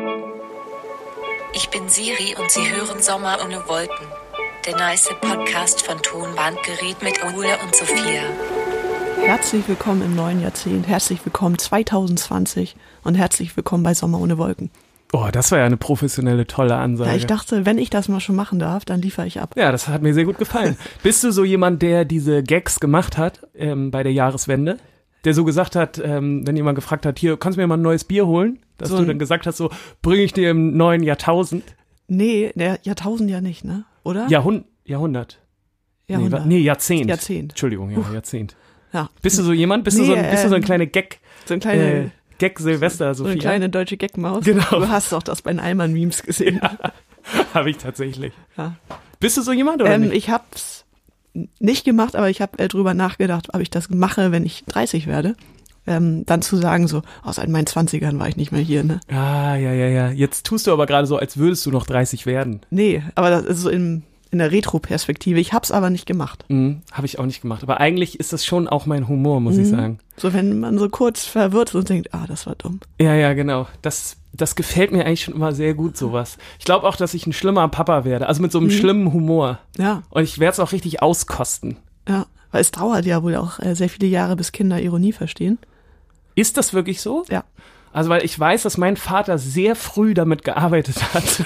Ich bin Siri und Sie hören Sommer ohne Wolken. Der nice Podcast von Tonbandgerät mit Ole und Sophia. Herzlich willkommen im neuen Jahrzehnt, herzlich willkommen 2020 und herzlich willkommen bei Sommer ohne Wolken. Oh, das war ja eine professionelle, tolle Ansage. Ja, ich dachte, wenn ich das mal schon machen darf, dann liefere ich ab. Ja, das hat mir sehr gut gefallen. Bist du so jemand, der diese Gags gemacht hat bei der Jahreswende? Der so gesagt hat, wenn jemand gefragt hat, hier, kannst du mir mal ein neues Bier holen? Dass so du dann gesagt hast, so, bringe ich dir im neuen Jahrtausend? Nee, der Jahrtausend ja nicht, ne? Oder? Jahrhundert. Jahrhundert. Nee, Jahrzehnt. Entschuldigung, ja, Jahrzehnt. Ja. Bist du so jemand? Bist du so eine kleine Gag? So ein kleine Gag-Silvester, Sophia? So eine kleine deutsche Gagmaus. Genau. Du hast doch das bei den Allmann-Memes gesehen. Ja, habe ich tatsächlich. Ja. Bist du so jemand oder nicht? Ich hab's nicht gemacht, aber ich habe drüber nachgedacht, ob ich das mache, wenn ich 30 werde. Dann zu sagen so, seit meinen 20ern war ich nicht mehr hier, ne? Ah, ja. Jetzt tust du aber gerade so, als würdest du noch 30 werden. Nee, aber das ist so in der Retro-Perspektive. Ich hab's aber nicht gemacht. Habe ich auch nicht gemacht. Aber eigentlich ist das schon auch mein Humor, muss ich sagen. So, wenn man so kurz verwirrt ist und denkt, das war dumm. Ja, genau. Das gefällt mir eigentlich schon immer sehr gut, sowas. Ich glaube auch, dass ich ein schlimmer Papa werde. Also mit so einem schlimmen Humor. Ja. Und ich werde es auch richtig auskosten. Ja, weil es dauert ja wohl auch sehr viele Jahre, bis Kinder Ironie verstehen. Ist das wirklich so? Ja. Also, weil ich weiß, dass mein Vater sehr früh damit gearbeitet hat.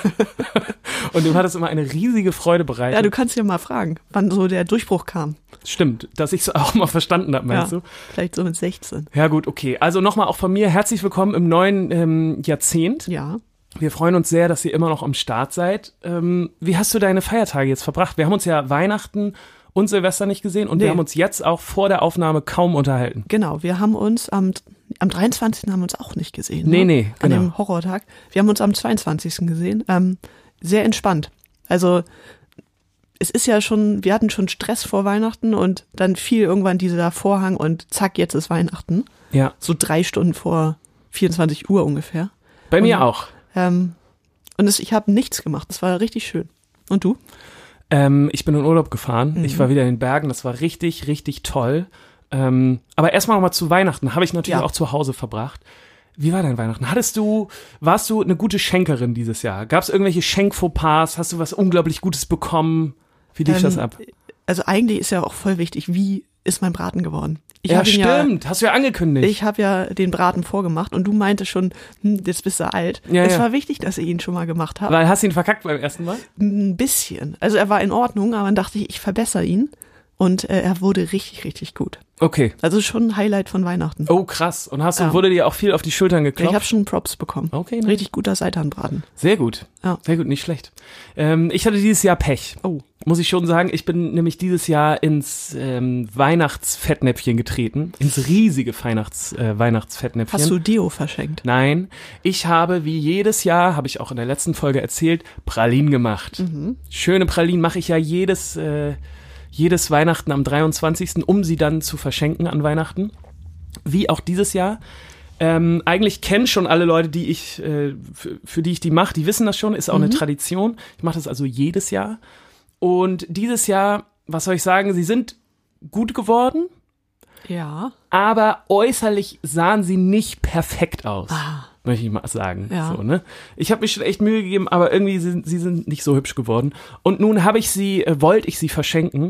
Und dem hat es immer eine riesige Freude bereitet. Ja, du kannst ja mal fragen, wann so der Durchbruch kam. Stimmt, dass ich es auch mal verstanden habe, meinst du? Vielleicht so mit 16. Ja gut, okay. Also nochmal auch von mir herzlich willkommen im neuen Jahrzehnt. Ja. Wir freuen uns sehr, dass ihr immer noch am Start seid. Wie hast du deine Feiertage jetzt verbracht? Wir haben uns ja Weihnachten und Silvester nicht gesehen und wir haben uns jetzt auch vor der Aufnahme kaum unterhalten. Genau, wir haben uns am 23. haben wir uns auch nicht gesehen. Nee, genau. An dem Horrortag. Wir haben uns am 22. gesehen. Sehr entspannt. Also es ist ja schon, wir hatten schon Stress vor Weihnachten und dann fiel irgendwann dieser Vorhang und zack, jetzt ist Weihnachten. Ja. So 3 Stunden vor 24 Uhr ungefähr. Bei mir auch. Ich habe nichts gemacht. Das war richtig schön. Und du? Ich bin in Urlaub gefahren. Ich war wieder in den Bergen. Das war richtig, richtig toll. Aber erstmal nochmal zu Weihnachten. Habe ich natürlich auch zu Hause verbracht. Wie war dein Weihnachten? Warst du eine gute Schenkerin dieses Jahr? Gab es irgendwelche Schenkfauxpas? Hast du was unglaublich Gutes bekommen? Wie lief das ab? Also eigentlich ist ja auch voll wichtig, wie ist mein Braten geworden? Stimmt, hast du ja angekündigt. Ich habe ja den Braten vorgemacht und du meintest schon, jetzt bist du alt. Ja, es war wichtig, dass ich ihn schon mal gemacht habe. Weil hast du ihn verkackt beim ersten Mal? Ein bisschen. Also er war in Ordnung, aber dann dachte ich verbessere ihn. Und er wurde richtig, richtig gut. Okay. Also schon ein Highlight von Weihnachten. Oh, krass. Und wurde dir auch viel auf die Schultern geklopft? Ich habe schon Props bekommen. Okay. Ne? Richtig guter Seitanbraten. Sehr gut. Ja. Sehr gut, nicht schlecht. Ich hatte dieses Jahr Pech. Oh. Muss ich schon sagen. Ich bin nämlich dieses Jahr ins Weihnachtsfettnäpfchen getreten. Ins riesige Weihnachtsfettnäpfchen. Hast du Deo verschenkt? Nein. Ich habe, wie jedes Jahr, habe ich auch in der letzten Folge erzählt, Pralinen gemacht. Schöne Pralinen mache ich ja jedes Weihnachten am 23., um sie dann zu verschenken an Weihnachten. Wie auch dieses Jahr. Eigentlich kennen schon alle Leute, für die ich die mache, die wissen das schon, ist auch eine Tradition. Ich mache das also jedes Jahr. Und dieses Jahr, was soll ich sagen, sie sind gut geworden. Ja. Aber äußerlich sahen sie nicht perfekt aus. Möchte ich mal sagen. Ja. So, ne? Ich habe mich schon echt Mühe gegeben, aber irgendwie sie sind nicht so hübsch geworden. Und nun wollte ich sie verschenken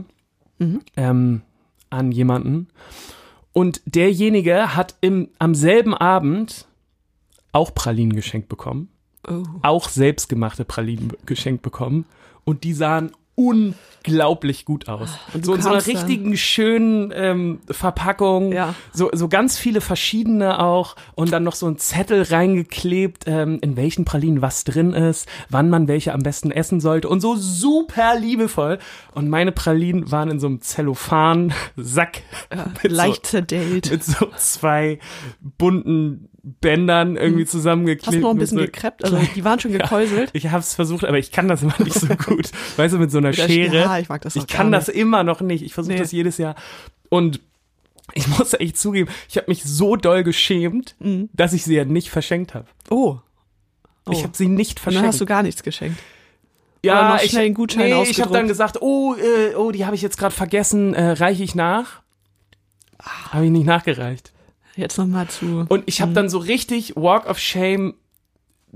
an jemanden. Und derjenige hat am selben Abend auch Pralinen geschenkt bekommen. Oh. Auch selbstgemachte Pralinen geschenkt bekommen. Und die sahen unglaublich gut aus. Und so in so einer richtigen, schönen Verpackung. Ja. So ganz viele verschiedene auch. Und dann noch so ein Zettel reingeklebt, in welchen Pralinen was drin ist, wann man welche am besten essen sollte. Und so super liebevoll. Und meine Pralinen waren in so einem Zellophan-Sack. Leicht zerdellt. Mit so 2 bunten Bändern irgendwie zusammengeklebt. Hast du noch ein bisschen gekreppt? Also die waren schon gekräuselt. Ja, ich habe es versucht, aber ich kann das immer nicht so gut. Weißt du, mit so einer Schere. Ja, ich mag das auch Ich kann das immer noch nicht. Ich versuche das jedes Jahr. Und ich muss echt zugeben, ich habe mich so doll geschämt, dass ich sie ja nicht verschenkt habe. Oh. Ich habe sie nicht verschenkt. Und dann hast du gar nichts geschenkt. Ja, oder noch schnell einen Gutschein ausgedruckt. Ich habe dann gesagt, die habe ich jetzt gerade vergessen, reiche ich nach? Habe ich nicht nachgereicht. Jetzt nochmal zu. Und ich habe dann so richtig Walk of Shame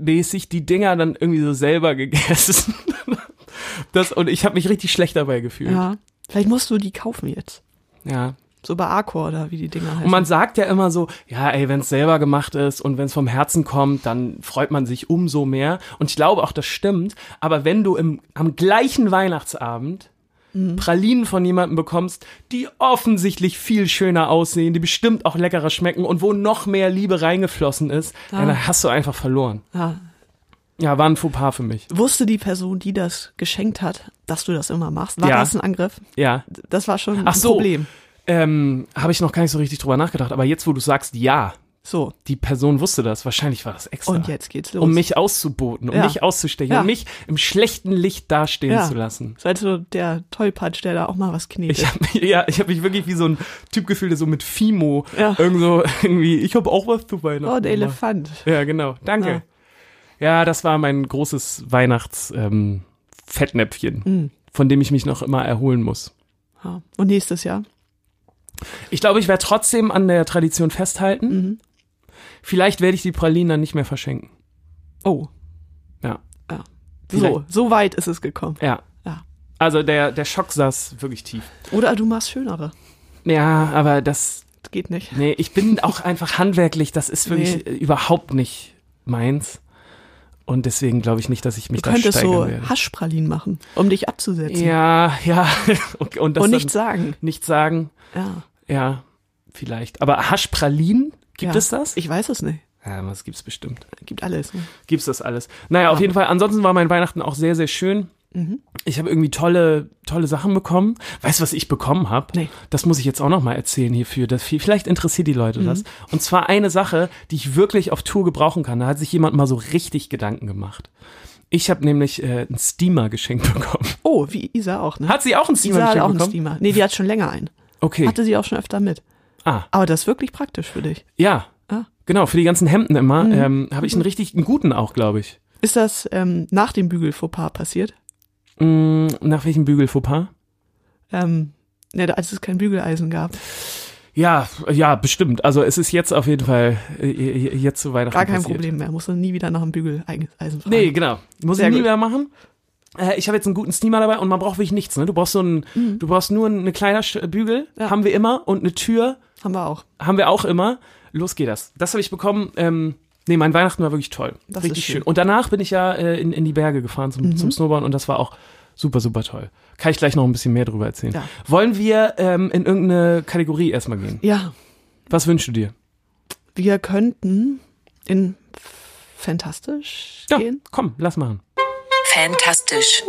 mäßig die Dinger dann irgendwie so selber gegessen. Und ich habe mich richtig schlecht dabei gefühlt. Ja, vielleicht musst du die kaufen jetzt. Ja. So bei Arcor oder wie die Dinger heißen. Und man sagt ja immer so, ja, ey, wenn es selber gemacht ist und wenn es vom Herzen kommt, dann freut man sich umso mehr. Und ich glaube auch, das stimmt. Aber wenn du am gleichen Weihnachtsabend Pralinen von jemandem bekommst, die offensichtlich viel schöner aussehen, die bestimmt auch leckerer schmecken und wo noch mehr Liebe reingeflossen ist, dann hast du einfach verloren. Ja, war ein Fauxpas für mich. Wusste die Person, die das geschenkt hat, dass du das immer machst? War das ein Angriff? Ja. Das war schon ein Problem. Habe ich noch gar nicht so richtig drüber nachgedacht, aber jetzt, wo du sagst, ja, so, die Person wusste das, wahrscheinlich war das extra. Und jetzt geht's los. Um mich auszuboten, um mich auszustechen, um mich im schlechten Licht dastehen zu lassen. Das ist halt so der Tollpatsch, der da auch mal was knetet. Ich hab mich wirklich wie so ein Typ gefühlt, der so mit Fimo irgendwie, ich habe auch was zu Weihnachten. Oh, der Elefant. Ja, genau, danke. Ja, das war mein großes Weihnachts-Fettnäpfchen, von dem ich mich noch immer erholen muss. Ja. Und nächstes Jahr? Ich glaube, ich werde trotzdem an der Tradition festhalten. Vielleicht werde ich die Pralinen dann nicht mehr verschenken. Oh. Ja. So weit ist es gekommen. Ja. Also der Schock saß wirklich tief. Oder du machst schönere. Ja, aber das geht nicht. Nee, ich bin auch einfach handwerklich, das ist wirklich überhaupt nicht meins. Und deswegen glaube ich nicht, dass ich mich da steigern werde. Du könntest so Haschpralinen machen, um dich abzusetzen. Ja. Und nichts sagen. Nichts sagen. Ja, vielleicht. Aber Haschpralinen, gibt es das? Ich weiß es nicht. Ja, das gibt's bestimmt. Gibt alles. Ne? Gibt's das alles. Naja, auf jeden Fall. Ansonsten war mein Weihnachten auch sehr, sehr schön. Ich habe irgendwie tolle Sachen bekommen. Weißt du, was ich bekommen habe? Nee. Das muss ich jetzt auch noch mal erzählen hierfür. Vielleicht interessiert die Leute das. Und zwar eine Sache, die ich wirklich auf Tour gebrauchen kann. Da hat sich jemand mal so richtig Gedanken gemacht. Ich habe nämlich einen Steamer geschenkt bekommen. Oh, wie Isa auch, ne? Hat sie auch einen Steamer geschenkt bekommen? Isa hat auch einen Steamer. Nee, die hat schon länger einen. Okay. Hatte sie auch schon öfter mit. Aber das ist wirklich praktisch für dich. Ja, genau. Für die ganzen Hemden immer habe ich einen guten auch, glaube ich. Ist das nach dem Bügelfauxpas passiert? Nach welchem Bügelfauxpas? Als es kein Bügeleisen gab. Ja, bestimmt. Also es ist jetzt auf jeden Fall jetzt zu Weihnachten Gar kein passiert. Problem mehr. Musst du nie wieder nach dem Bügeleisen fragen. Nee, genau. Muss ich nie mehr machen. Ich habe jetzt einen guten Steamer dabei und man braucht wirklich nichts. Ne? Du brauchst du brauchst nur eine kleine Bügel, haben wir immer, und eine Tür. Haben wir auch. Haben wir auch immer. Los geht das. Das habe ich bekommen. Mein Weihnachten war wirklich toll. Das richtig schön. Und danach bin ich ja in die Berge gefahren zum Snowboarden und das war auch super, super toll. Kann ich gleich noch ein bisschen mehr drüber erzählen. Ja. Wollen wir in irgendeine Kategorie erstmal gehen? Ja. Was wünschst du dir? Wir könnten in Fantastisch gehen. Komm, lass machen. Fantastisch.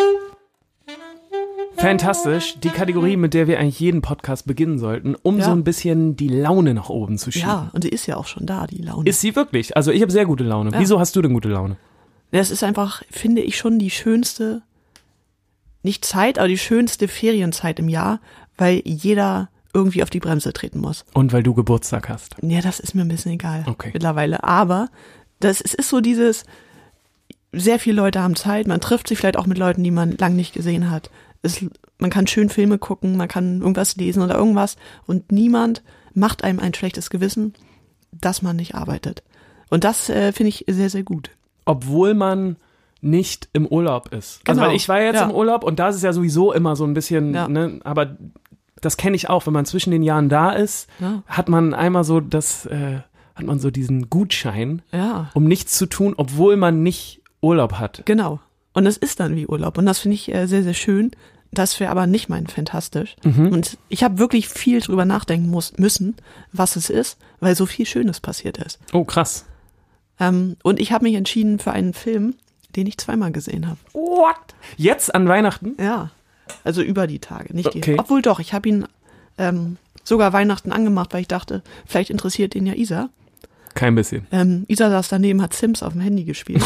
Fantastisch, die Kategorie, mit der wir eigentlich jeden Podcast beginnen sollten, um so ein bisschen die Laune nach oben zu schieben. Ja, und die ist ja auch schon da, die Laune. Ist sie wirklich? Also ich habe sehr gute Laune. Ja. Wieso hast du denn gute Laune? Das ist einfach, finde ich, schon die schönste, nicht Zeit, aber die schönste Ferienzeit im Jahr, weil jeder irgendwie auf die Bremse treten muss. Und weil du Geburtstag hast. Ja, das ist mir ein bisschen egal mittlerweile. Aber es ist so dieses, sehr viele Leute haben Zeit, man trifft sich vielleicht auch mit Leuten, die man lang nicht gesehen hat. Man kann schön Filme gucken, man kann irgendwas lesen oder irgendwas und niemand macht einem ein schlechtes Gewissen, dass man nicht arbeitet. Und das finde ich sehr, sehr gut. Obwohl man nicht im Urlaub ist. Genau. Also weil ich war jetzt im Urlaub und da ist es ja sowieso immer so ein bisschen, ne, aber das kenne ich auch, wenn man zwischen den Jahren da ist, hat man einmal so hat man so diesen Gutschein, um nichts zu tun, obwohl man nicht Urlaub hat. Genau. Und es ist dann wie Urlaub. Und das finde ich sehr, sehr schön. Das wäre aber nicht mein Fantastisch. Und ich habe wirklich viel drüber nachdenken müssen, was es ist, weil so viel Schönes passiert ist. Oh, krass. Und ich habe mich entschieden für einen Film, den ich zweimal gesehen habe. What? Jetzt an Weihnachten? Ja. Also über die Tage. Nicht obwohl doch, ich habe ihn sogar Weihnachten angemacht, weil ich dachte, vielleicht interessiert ihn ja Isa. Kein bisschen. Isa saß daneben, hat Sims auf dem Handy gespielt.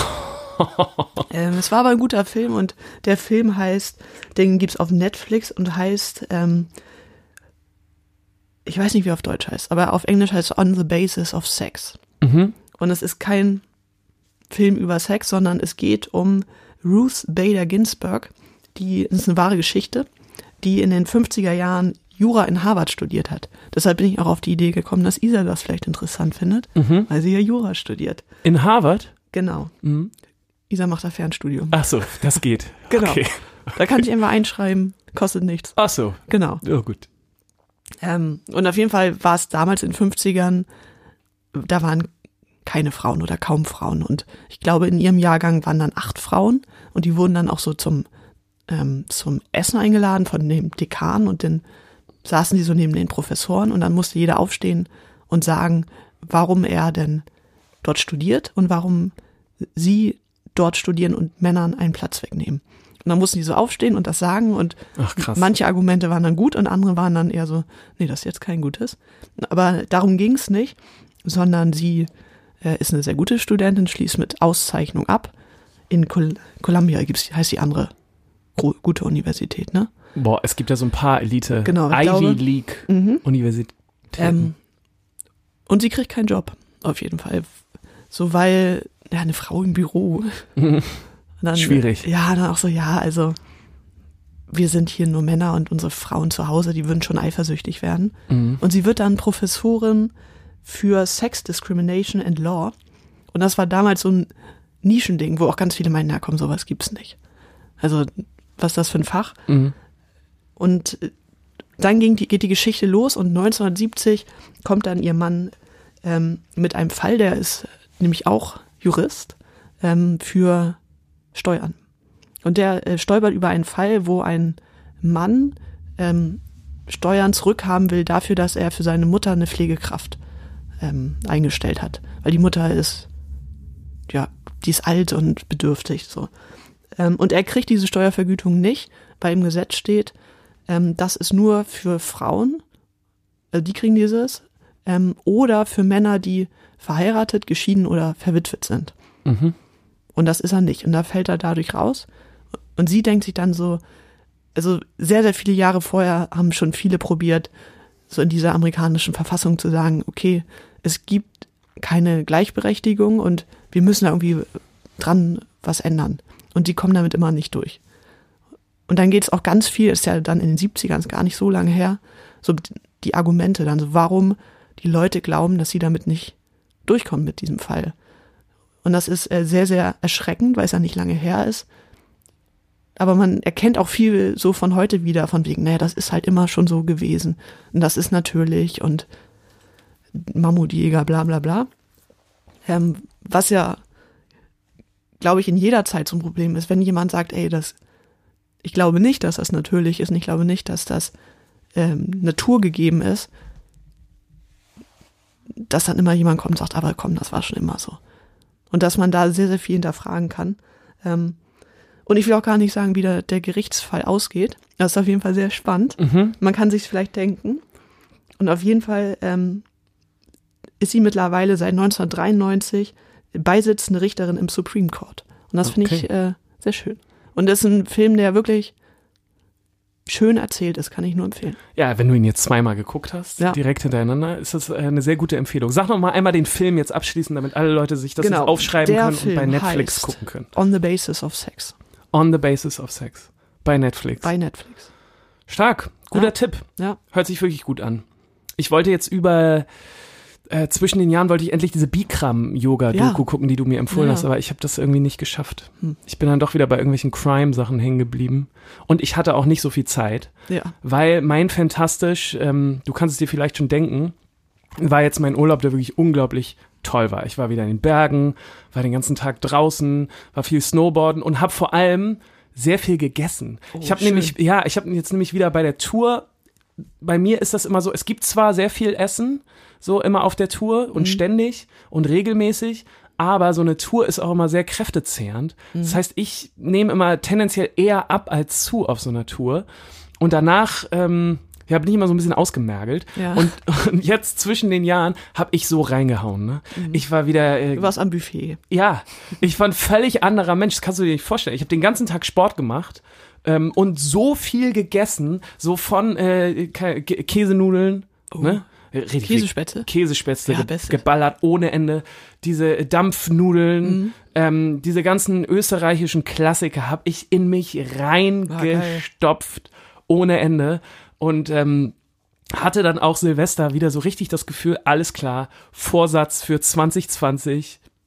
Es war aber ein guter Film und der Film heißt, den gibt's auf Netflix und heißt, ich weiß nicht, wie er auf Deutsch heißt, aber auf Englisch heißt es On the Basis of Sex. Und es ist kein Film über Sex, sondern es geht um Ruth Bader Ginsburg, das ist eine wahre Geschichte, die in den 50er Jahren Jura in Harvard studiert hat. Deshalb bin ich auch auf die Idee gekommen, dass Isa das vielleicht interessant findet, weil sie ja Jura studiert. In Harvard? Genau. Isa macht da Fernstudium. Ach so, das geht. Genau. Okay. Da kann ich einfach einschreiben, kostet nichts. Ach so. Genau. Ja, gut. Und auf jeden Fall war es damals in den 50ern, da waren keine Frauen oder kaum Frauen. Und ich glaube, in ihrem Jahrgang waren dann 8 Frauen und die wurden dann auch so zum Essen eingeladen von dem Dekan und dann saßen die so neben den Professoren und dann musste jeder aufstehen und sagen, warum er denn dort studiert und warum sie dort studieren und Männern einen Platz wegnehmen. Und dann mussten die so aufstehen und das sagen und Ach, krass. manche Argumente waren dann gut und andere waren dann eher so, nee, das ist jetzt kein gutes. Aber darum ging es nicht, sondern sie ist eine sehr gute Studentin, schließt mit Auszeichnung ab. In Columbia heißt die andere gute Universität, ne? Boah, es gibt ja so ein paar Elite, Genau, Ivy League Universitäten. Und sie kriegt keinen Job, auf jeden Fall. So, weil, ja, eine Frau im Büro. Dann, Schwierig. Ja, dann auch so, ja, also wir sind hier nur Männer und unsere Frauen zu Hause, die würden schon eifersüchtig werden. Mhm. Und sie wird dann Professorin für Sex Discrimination and Law. Und das war damals so ein Nischending, wo auch ganz viele meinen, na komm, sowas gibt's nicht. Also, was ist das für ein Fach? Mhm. Und dann geht die Geschichte los und 1970 kommt dann ihr Mann mit einem Fall, der ist nämlich auch Jurist, für Steuern. Und der stolpert über einen Fall, wo ein Mann Steuern zurückhaben will dafür, dass er für seine Mutter eine Pflegekraft eingestellt hat. Weil die Mutter ist, ja, die ist alt und bedürftig. So. Und er kriegt diese Steuervergütung nicht, weil im Gesetz steht, das ist nur für Frauen, also die kriegen dieses, oder für Männer, die verheiratet, geschieden oder verwitwet sind. Mhm. Und das ist er nicht. Und da fällt er dadurch raus. Und sie denkt sich dann so, also sehr, sehr viele Jahre vorher haben schon viele probiert, so in dieser amerikanischen Verfassung zu sagen, okay, es gibt keine Gleichberechtigung und wir müssen da irgendwie dran was ändern. Und die kommen damit immer nicht durch. Und dann geht es auch ganz viel, ist ja dann in den 70ern, ist gar nicht so lange her, so die Argumente dann, so warum die Leute glauben, dass sie damit nicht durchkommen mit diesem Fall. Und das ist sehr, sehr erschreckend, weil es ja nicht lange her ist. Aber man erkennt auch viel so von heute wieder, von wegen, naja, das ist halt immer schon so gewesen. Und das ist natürlich und Mammutjäger, bla bla bla. Was ja, glaube ich, in jeder Zeit so ein Problem ist, wenn jemand sagt, ey, ich glaube nicht, dass das natürlich ist und ich glaube nicht, dass das naturgegeben ist, dass dann immer jemand kommt und sagt, aber komm, das war schon immer so. Und dass man da sehr, sehr viel hinterfragen kann. Und ich will auch gar nicht sagen, wie der Gerichtsfall ausgeht. Das ist auf jeden Fall sehr spannend. Mhm. Man kann sich vielleicht denken. Und auf jeden Fall ist sie mittlerweile seit 1993 beisitzende Richterin im Supreme Court. Und das finde ich sehr schön. Und das ist ein Film, der wirklich schön erzählt ist, kann ich nur empfehlen. Ja, wenn du ihn jetzt zweimal geguckt hast, Ja. direkt hintereinander, ist das eine sehr gute Empfehlung. Sag noch mal einmal den Film jetzt abschließen, damit alle Leute sich das jetzt aufschreiben der können und bei Film Netflix heißt gucken können. On the Basis of Sex. On the Basis of Sex. Bei Netflix. Bei Netflix. Stark. Guter Ja. Tipp. Ja. Hört sich wirklich gut an. Ich wollte jetzt zwischen den Jahren wollte ich endlich diese Bikram-Yoga-Doku gucken, die du mir empfohlen hast, aber ich habe das irgendwie nicht geschafft. Ich bin dann doch wieder bei irgendwelchen Crime-Sachen hängen geblieben. Und ich hatte auch nicht so viel Zeit, Ja. weil mein Fantastisch, du kannst es dir vielleicht schon denken, war jetzt mein Urlaub, der wirklich unglaublich toll war. Ich war wieder in den Bergen, war den ganzen Tag draußen, war viel Snowboarden und habe vor allem sehr viel gegessen. Ich habe jetzt nämlich wieder bei der Tour, bei mir ist das immer so, es gibt zwar sehr viel Essen, so immer auf der Tour und ständig und regelmäßig, aber so eine Tour ist auch immer sehr kräftezehrend. Das heißt, ich nehme immer tendenziell eher ab als zu auf so einer Tour. Und danach bin ich immer so ein bisschen ausgemergelt. Ja. Und jetzt zwischen den Jahren habe ich so reingehauen. Ne? Ich war wieder... Du warst am Buffet. Ja, ich war ein völlig anderer Mensch. Das kannst du dir nicht vorstellen. Ich habe den ganzen Tag Sport gemacht und so viel gegessen, so von Käsenudeln, ne? Käsespätzle? Käsespätzle, Ja, Bestes. geballert ohne Ende. Diese Dampfnudeln, diese ganzen österreichischen Klassiker habe ich in mich reingestopft ohne Ende. Und hatte dann auch Silvester wieder so richtig das Gefühl, alles klar, Vorsatz für 2020,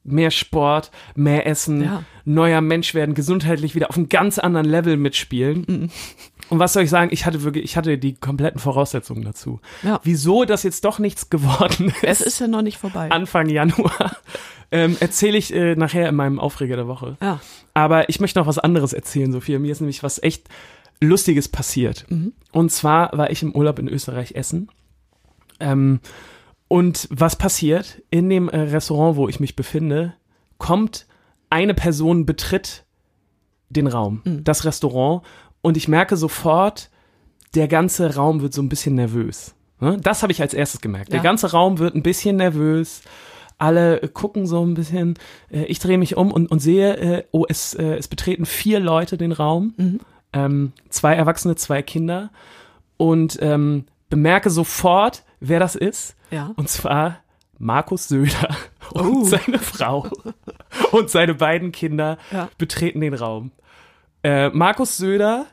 mehr Sport, mehr Essen, neuer Mensch werden, gesundheitlich wieder auf einem ganz anderen Level mitspielen. Mhm. Und was soll ich sagen, ich hatte die kompletten Voraussetzungen dazu. Ja. Wieso das jetzt doch nichts geworden ist. Es ist ja noch nicht vorbei. Anfang Januar. Erzähle ich nachher in meinem Aufreger der Woche. Ja. Aber ich möchte noch was anderes erzählen, Sophia. Mir ist nämlich was echt Lustiges passiert. Mhm. Und zwar war ich im Urlaub in Österreich essen. Und was passiert? In dem Restaurant, wo ich mich befinde, kommt eine Person, betritt den Raum, das Restaurant. Und ich merke sofort, der ganze Raum wird so ein bisschen nervös. Das habe ich als erstes gemerkt. Ja. Der ganze Raum wird ein bisschen nervös. Alle gucken so ein bisschen. Ich drehe mich um und sehe, es betreten 4 Leute den Raum. Mhm. 2 Erwachsene, 2 Kinder. Und bemerke sofort, wer das ist. Ja. Und zwar Markus Söder und seine Frau und seine beiden Kinder betreten den Raum. Markus Söder,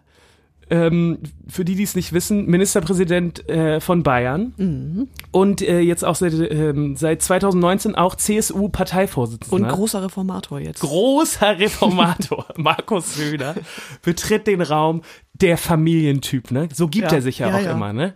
für die es nicht wissen, Ministerpräsident von Bayern und jetzt auch seit 2019 auch CSU-Parteivorsitzender. Und großer Reformator jetzt. Großer Reformator, Markus Söder, betritt den Raum, der Familientyp, ne? So gibt er sich ja auch immer, ne?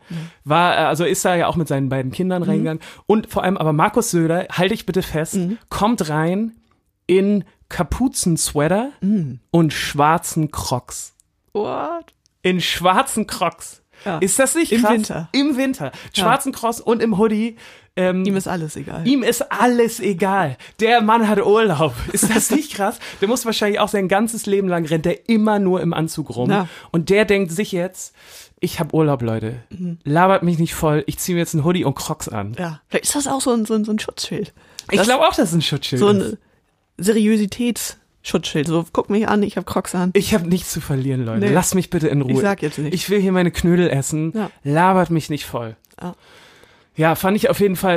Ist da ja auch mit seinen beiden Kindern reingegangen. Und vor allem aber Markus Söder, halte ich bitte fest, kommt rein in Kapuzensweater und schwarzen Crocs. What? In schwarzen Crocs. Ja. Ist das nicht krass? Im Winter. Im Winter. Schwarzen Crocs und im Hoodie. Ihm ist alles egal. Ihm ist alles egal. Der Mann hat Urlaub. Ist das nicht krass? Der muss wahrscheinlich auch sein ganzes Leben lang rennt der immer nur im Anzug rum. Ja. Und der denkt sich jetzt, ich habe Urlaub, Leute. Labert mich nicht voll. Ich ziehe mir jetzt einen Hoodie und Crocs an. Ja. Vielleicht ist das auch so ein Schutzschild. Ich glaube auch, dass es ein Schutzschild so ist. So ein Seriositätsschutzschild. So, guck mich an, ich habe Crocs an. Ich habe nichts zu verlieren, Leute. Nee. Lass mich bitte in Ruhe. Ich sag jetzt nicht. Ich will hier meine Knödel essen. Ja. Labert mich nicht voll. Ja. Ja, fand ich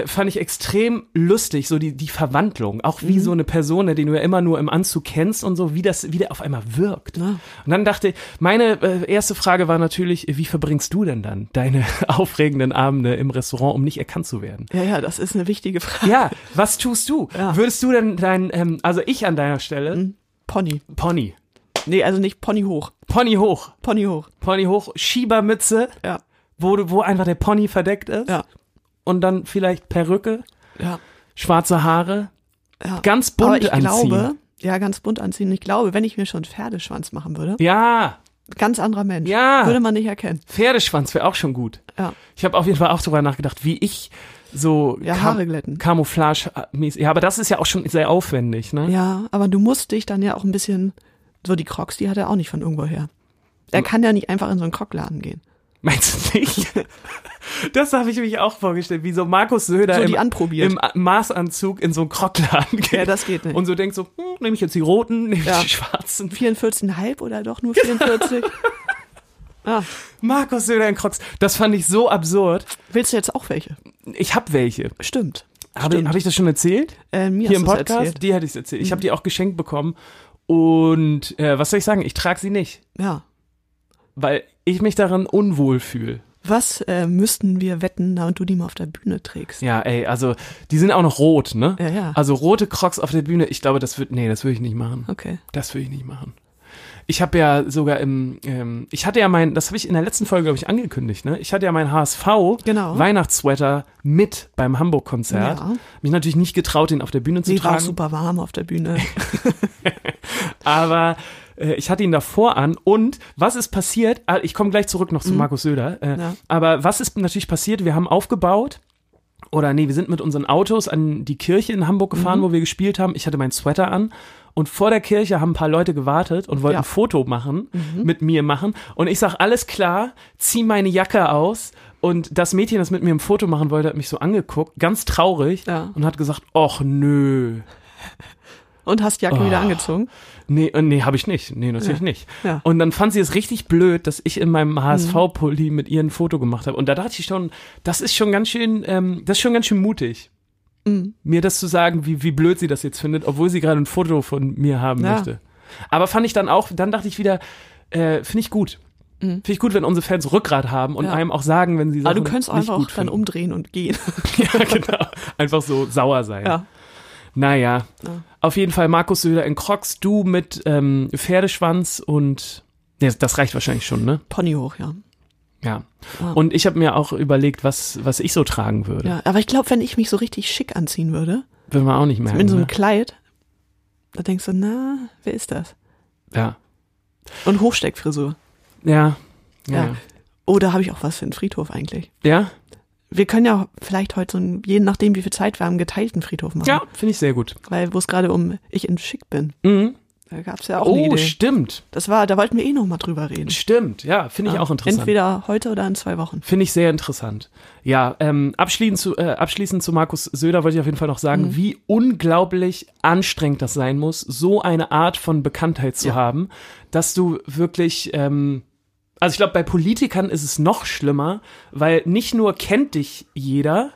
extrem lustig, so die Verwandlung. Auch wie so eine Person, den du ja immer nur im Anzug kennst und so, wie der auf einmal wirkt. Ja. Und dann dachte ich, meine erste Frage war natürlich, wie verbringst du denn dann deine aufregenden Abende im Restaurant, um nicht erkannt zu werden? Ja, das ist eine wichtige Frage. Ja, was tust du? Ja. Würdest du denn ich an deiner Stelle? Pony. Nee, also nicht Pony hoch. Pony hoch. Pony hoch, Schiebermütze. Ja. Wo einfach der Pony verdeckt ist. Ja. Und dann vielleicht Perücke, schwarze Haare, ganz bunt anziehen. Ganz bunt anziehen. Ich glaube, wenn ich mir schon Pferdeschwanz machen würde, ganz anderer Mensch, würde man nicht erkennen. Pferdeschwanz wäre auch schon gut. Ja. Ich habe auf jeden Fall auch darüber nachgedacht, wie ich so Haare glätten. Camouflage-mäßig. Ja, aber das ist ja auch schon sehr aufwendig, ne? Ja, aber du musst dich dann ja auch ein bisschen, so die Crocs, die hat er auch nicht von irgendwo her. Er kann ja nicht einfach in so einen Crocladen gehen. Meinst du nicht? Das habe ich mich auch vorgestellt, wie so Markus Söder im Maßanzug in so einen Crocladen geht. Ja, das geht nicht. Und so denkt so, nehme ich jetzt die roten, nehme ich die schwarzen. 44,5 oder doch nur 44? Markus Söder in Crocs, das fand ich so absurd. Willst du jetzt auch welche? Ich habe welche. Stimmt. Habe ich das schon erzählt? Mir hier im Podcast? Erzählt. Die hatte ich erzählt. Ich habe die auch geschenkt bekommen. Und was soll ich sagen? Ich trage sie nicht. Ja. Weil ich mich daran unwohl fühle. Was müssten wir wetten, damit du die mal auf der Bühne trägst? Ja, also die sind auch noch rot, ne? Ja. Also rote Crocs auf der Bühne, ich glaube, das würde ich nicht machen. Okay. Das würde ich nicht machen. Ich habe ja sogar das habe ich in der letzten Folge, glaube ich, angekündigt, ne? Ich hatte ja mein HSV-Weihnachtssweater mit beim Hamburg-Konzert. Ja. Mich natürlich nicht getraut, den auf der Bühne zu tragen. War auch super warm auf der Bühne. Aber ich hatte ihn davor an und was ist passiert, ich komme gleich zurück noch zu Markus Söder, aber was ist natürlich passiert, wir haben aufgebaut, wir sind mit unseren Autos an die Kirche in Hamburg gefahren, wo wir gespielt haben, ich hatte meinen Sweater an und vor der Kirche haben ein paar Leute gewartet und wollten ein Foto mit mir machen und ich sag, alles klar, zieh meine Jacke aus und das Mädchen, das mit mir ein Foto machen wollte, hat mich so angeguckt, ganz traurig und hat gesagt, och nö. Und hast die Jacke wieder angezogen? Nee, habe ich nicht. Nee, natürlich nicht. Ja. Und dann fand sie es richtig blöd, dass ich in meinem HSV-Pulli mit ihr ein Foto gemacht habe. Und da dachte ich schon, das ist schon ganz schön mutig, mir das zu sagen, wie blöd sie das jetzt findet, obwohl sie gerade ein Foto von mir haben möchte. Aber fand ich dann dachte ich wieder, finde ich gut. Finde ich gut, wenn unsere Fans Rückgrat haben und einem auch sagen, wenn sie Sachen nicht gut finden. Aber du könntest einfach dann umdrehen und gehen. Ja, genau. Einfach so sauer sein. Ja. Naja, auf jeden Fall Markus Söder in Crocs, du mit Pferdeschwanz und das reicht wahrscheinlich schon, ne? Pony hoch, ja. Ja. Und ich habe mir auch überlegt, was ich so tragen würde. Ja, aber ich glaube, wenn ich mich so richtig schick anziehen würde, Würden wir auch nicht merken. in so einem Ne? Kleid, da denkst du, na, wer ist das? Ja. Und Hochsteckfrisur. Ja. Ja. Oh, da habe ich auch was für einen Friedhof eigentlich. Ja? Wir können ja vielleicht heute je nachdem, wie viel Zeit wir haben, einen geteilten Friedhof machen. Ja, finde ich sehr gut. Weil, wo es gerade ich in Schick bin. Mhm. Da gab es ja auch eine Oh, Idee. stimmt. Da wollten wir noch mal drüber reden. Stimmt, ja, finde ich auch interessant. Entweder heute oder in 2 Wochen. Finde ich sehr interessant. Ja, abschließend zu Markus Söder wollte ich auf jeden Fall noch sagen, wie unglaublich anstrengend das sein muss, so eine Art von Bekanntheit zu haben, dass du wirklich, also ich glaube, bei Politikern ist es noch schlimmer, weil nicht nur kennt dich jeder,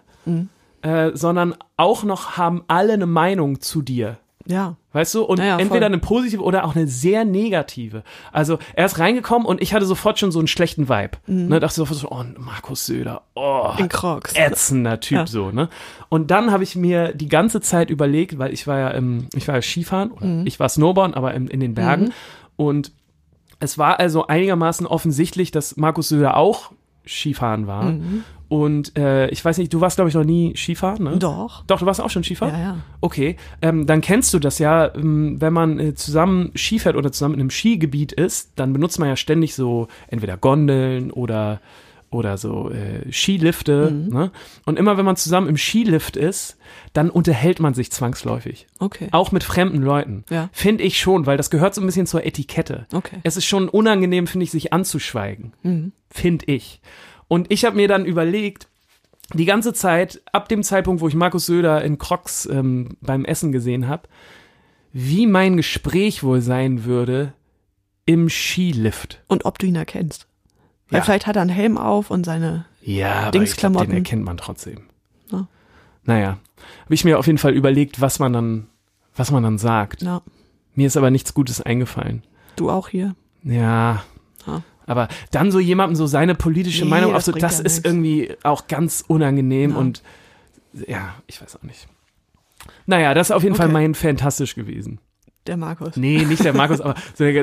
sondern auch noch haben alle eine Meinung zu dir. Ja. Weißt du? Und entweder eine positive oder auch eine sehr negative. Also er ist reingekommen und ich hatte sofort schon so einen schlechten Vibe. Ne, dachte sofort so, oh, Markus Söder, oh, in Crocs. ätzender Typ so, ne? Und dann habe ich mir die ganze Zeit überlegt, weil ich war ja Skifahren, oder ich war Snowboarden, aber in den Bergen. Und es war also einigermaßen offensichtlich, dass Markus Söder auch Skifahren war. Und ich weiß nicht, du warst, glaube ich, noch nie Skifahren, ne? Doch. Doch, du warst auch schon Skifahren? Ja. Okay, dann kennst du das ja, wenn man zusammen Skifährt oder zusammen in einem Skigebiet ist, dann benutzt man ja ständig so entweder Gondeln oder so Skilifte, ne? Und immer wenn man zusammen im Skilift ist, dann unterhält man sich zwangsläufig. Okay. Auch mit fremden Leuten. Ja. Finde ich schon, weil das gehört so ein bisschen zur Etikette. Okay. Es ist schon unangenehm, finde ich, sich anzuschweigen. Finde ich. Und ich habe mir dann überlegt, die ganze Zeit, ab dem Zeitpunkt, wo ich Markus Söder in Crocs beim Essen gesehen habe, wie mein Gespräch wohl sein würde im Skilift. Und ob du ihn erkennst. Weil vielleicht hat er einen Helm auf und seine Dingsklamotten. Den erkennt man trotzdem. Ja. Naja, habe ich mir auf jeden Fall überlegt, was man dann sagt. Ja. Mir ist aber nichts Gutes eingefallen. Du auch hier. Ja. Aber dann so jemandem so seine politische Meinung das bringt das ja ist nichts. irgendwie auch ganz unangenehm und ja, ich weiß auch nicht. Naja, das ist auf jeden Fall mein Fantastisch gewesen. Der Markus. Nee, nicht der Markus, aber so die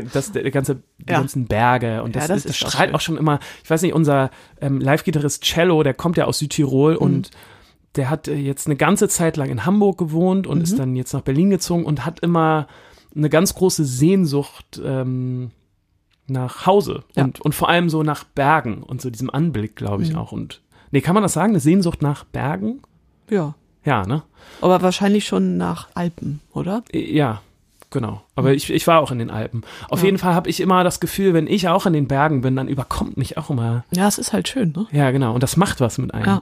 ganzen Berge und das ist strahlt auch schon immer, ich weiß nicht, unser Live-Gitarrist Cello, der kommt ja aus Südtirol und der hat jetzt eine ganze Zeit lang in Hamburg gewohnt und ist dann jetzt nach Berlin gezogen und hat immer eine ganz große Sehnsucht nach Hause und vor allem so nach Bergen und so diesem Anblick, glaube ich auch. Und nee, kann man das sagen? Eine Sehnsucht nach Bergen? Ja. Ja, ne? Aber wahrscheinlich schon nach Alpen, oder? Ja, genau. Aber ich war auch in den Alpen. Auf jeden Fall habe ich immer das Gefühl, wenn ich auch in den Bergen bin, dann überkommt mich auch immer. Ja, es ist halt schön, ne? Ja, genau. Und das macht was mit einem.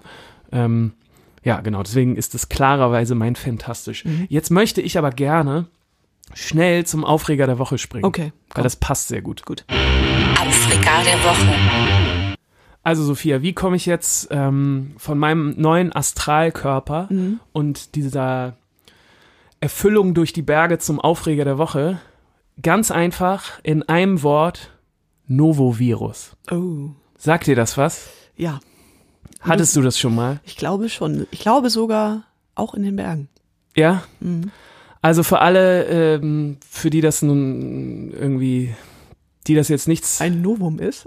Ja, genau. Deswegen ist es klarerweise mein Fantastisch. Jetzt möchte ich aber gerne schnell zum Aufreger der Woche springen. Okay. Weil das passt sehr gut. Aufreger der Woche. Also Sophia, wie komme ich jetzt von meinem neuen Astralkörper und dieser Erfüllung durch die Berge zum Aufreger der Woche? Ganz einfach in einem Wort: Novovirus. Oh. Sagt dir das was? Ja. Hattest du das schon mal? Ich glaube schon. Ich glaube sogar auch in den Bergen. Ja? Also für alle, für die das nun irgendwie, die das jetzt nichts... Ein Novum ist.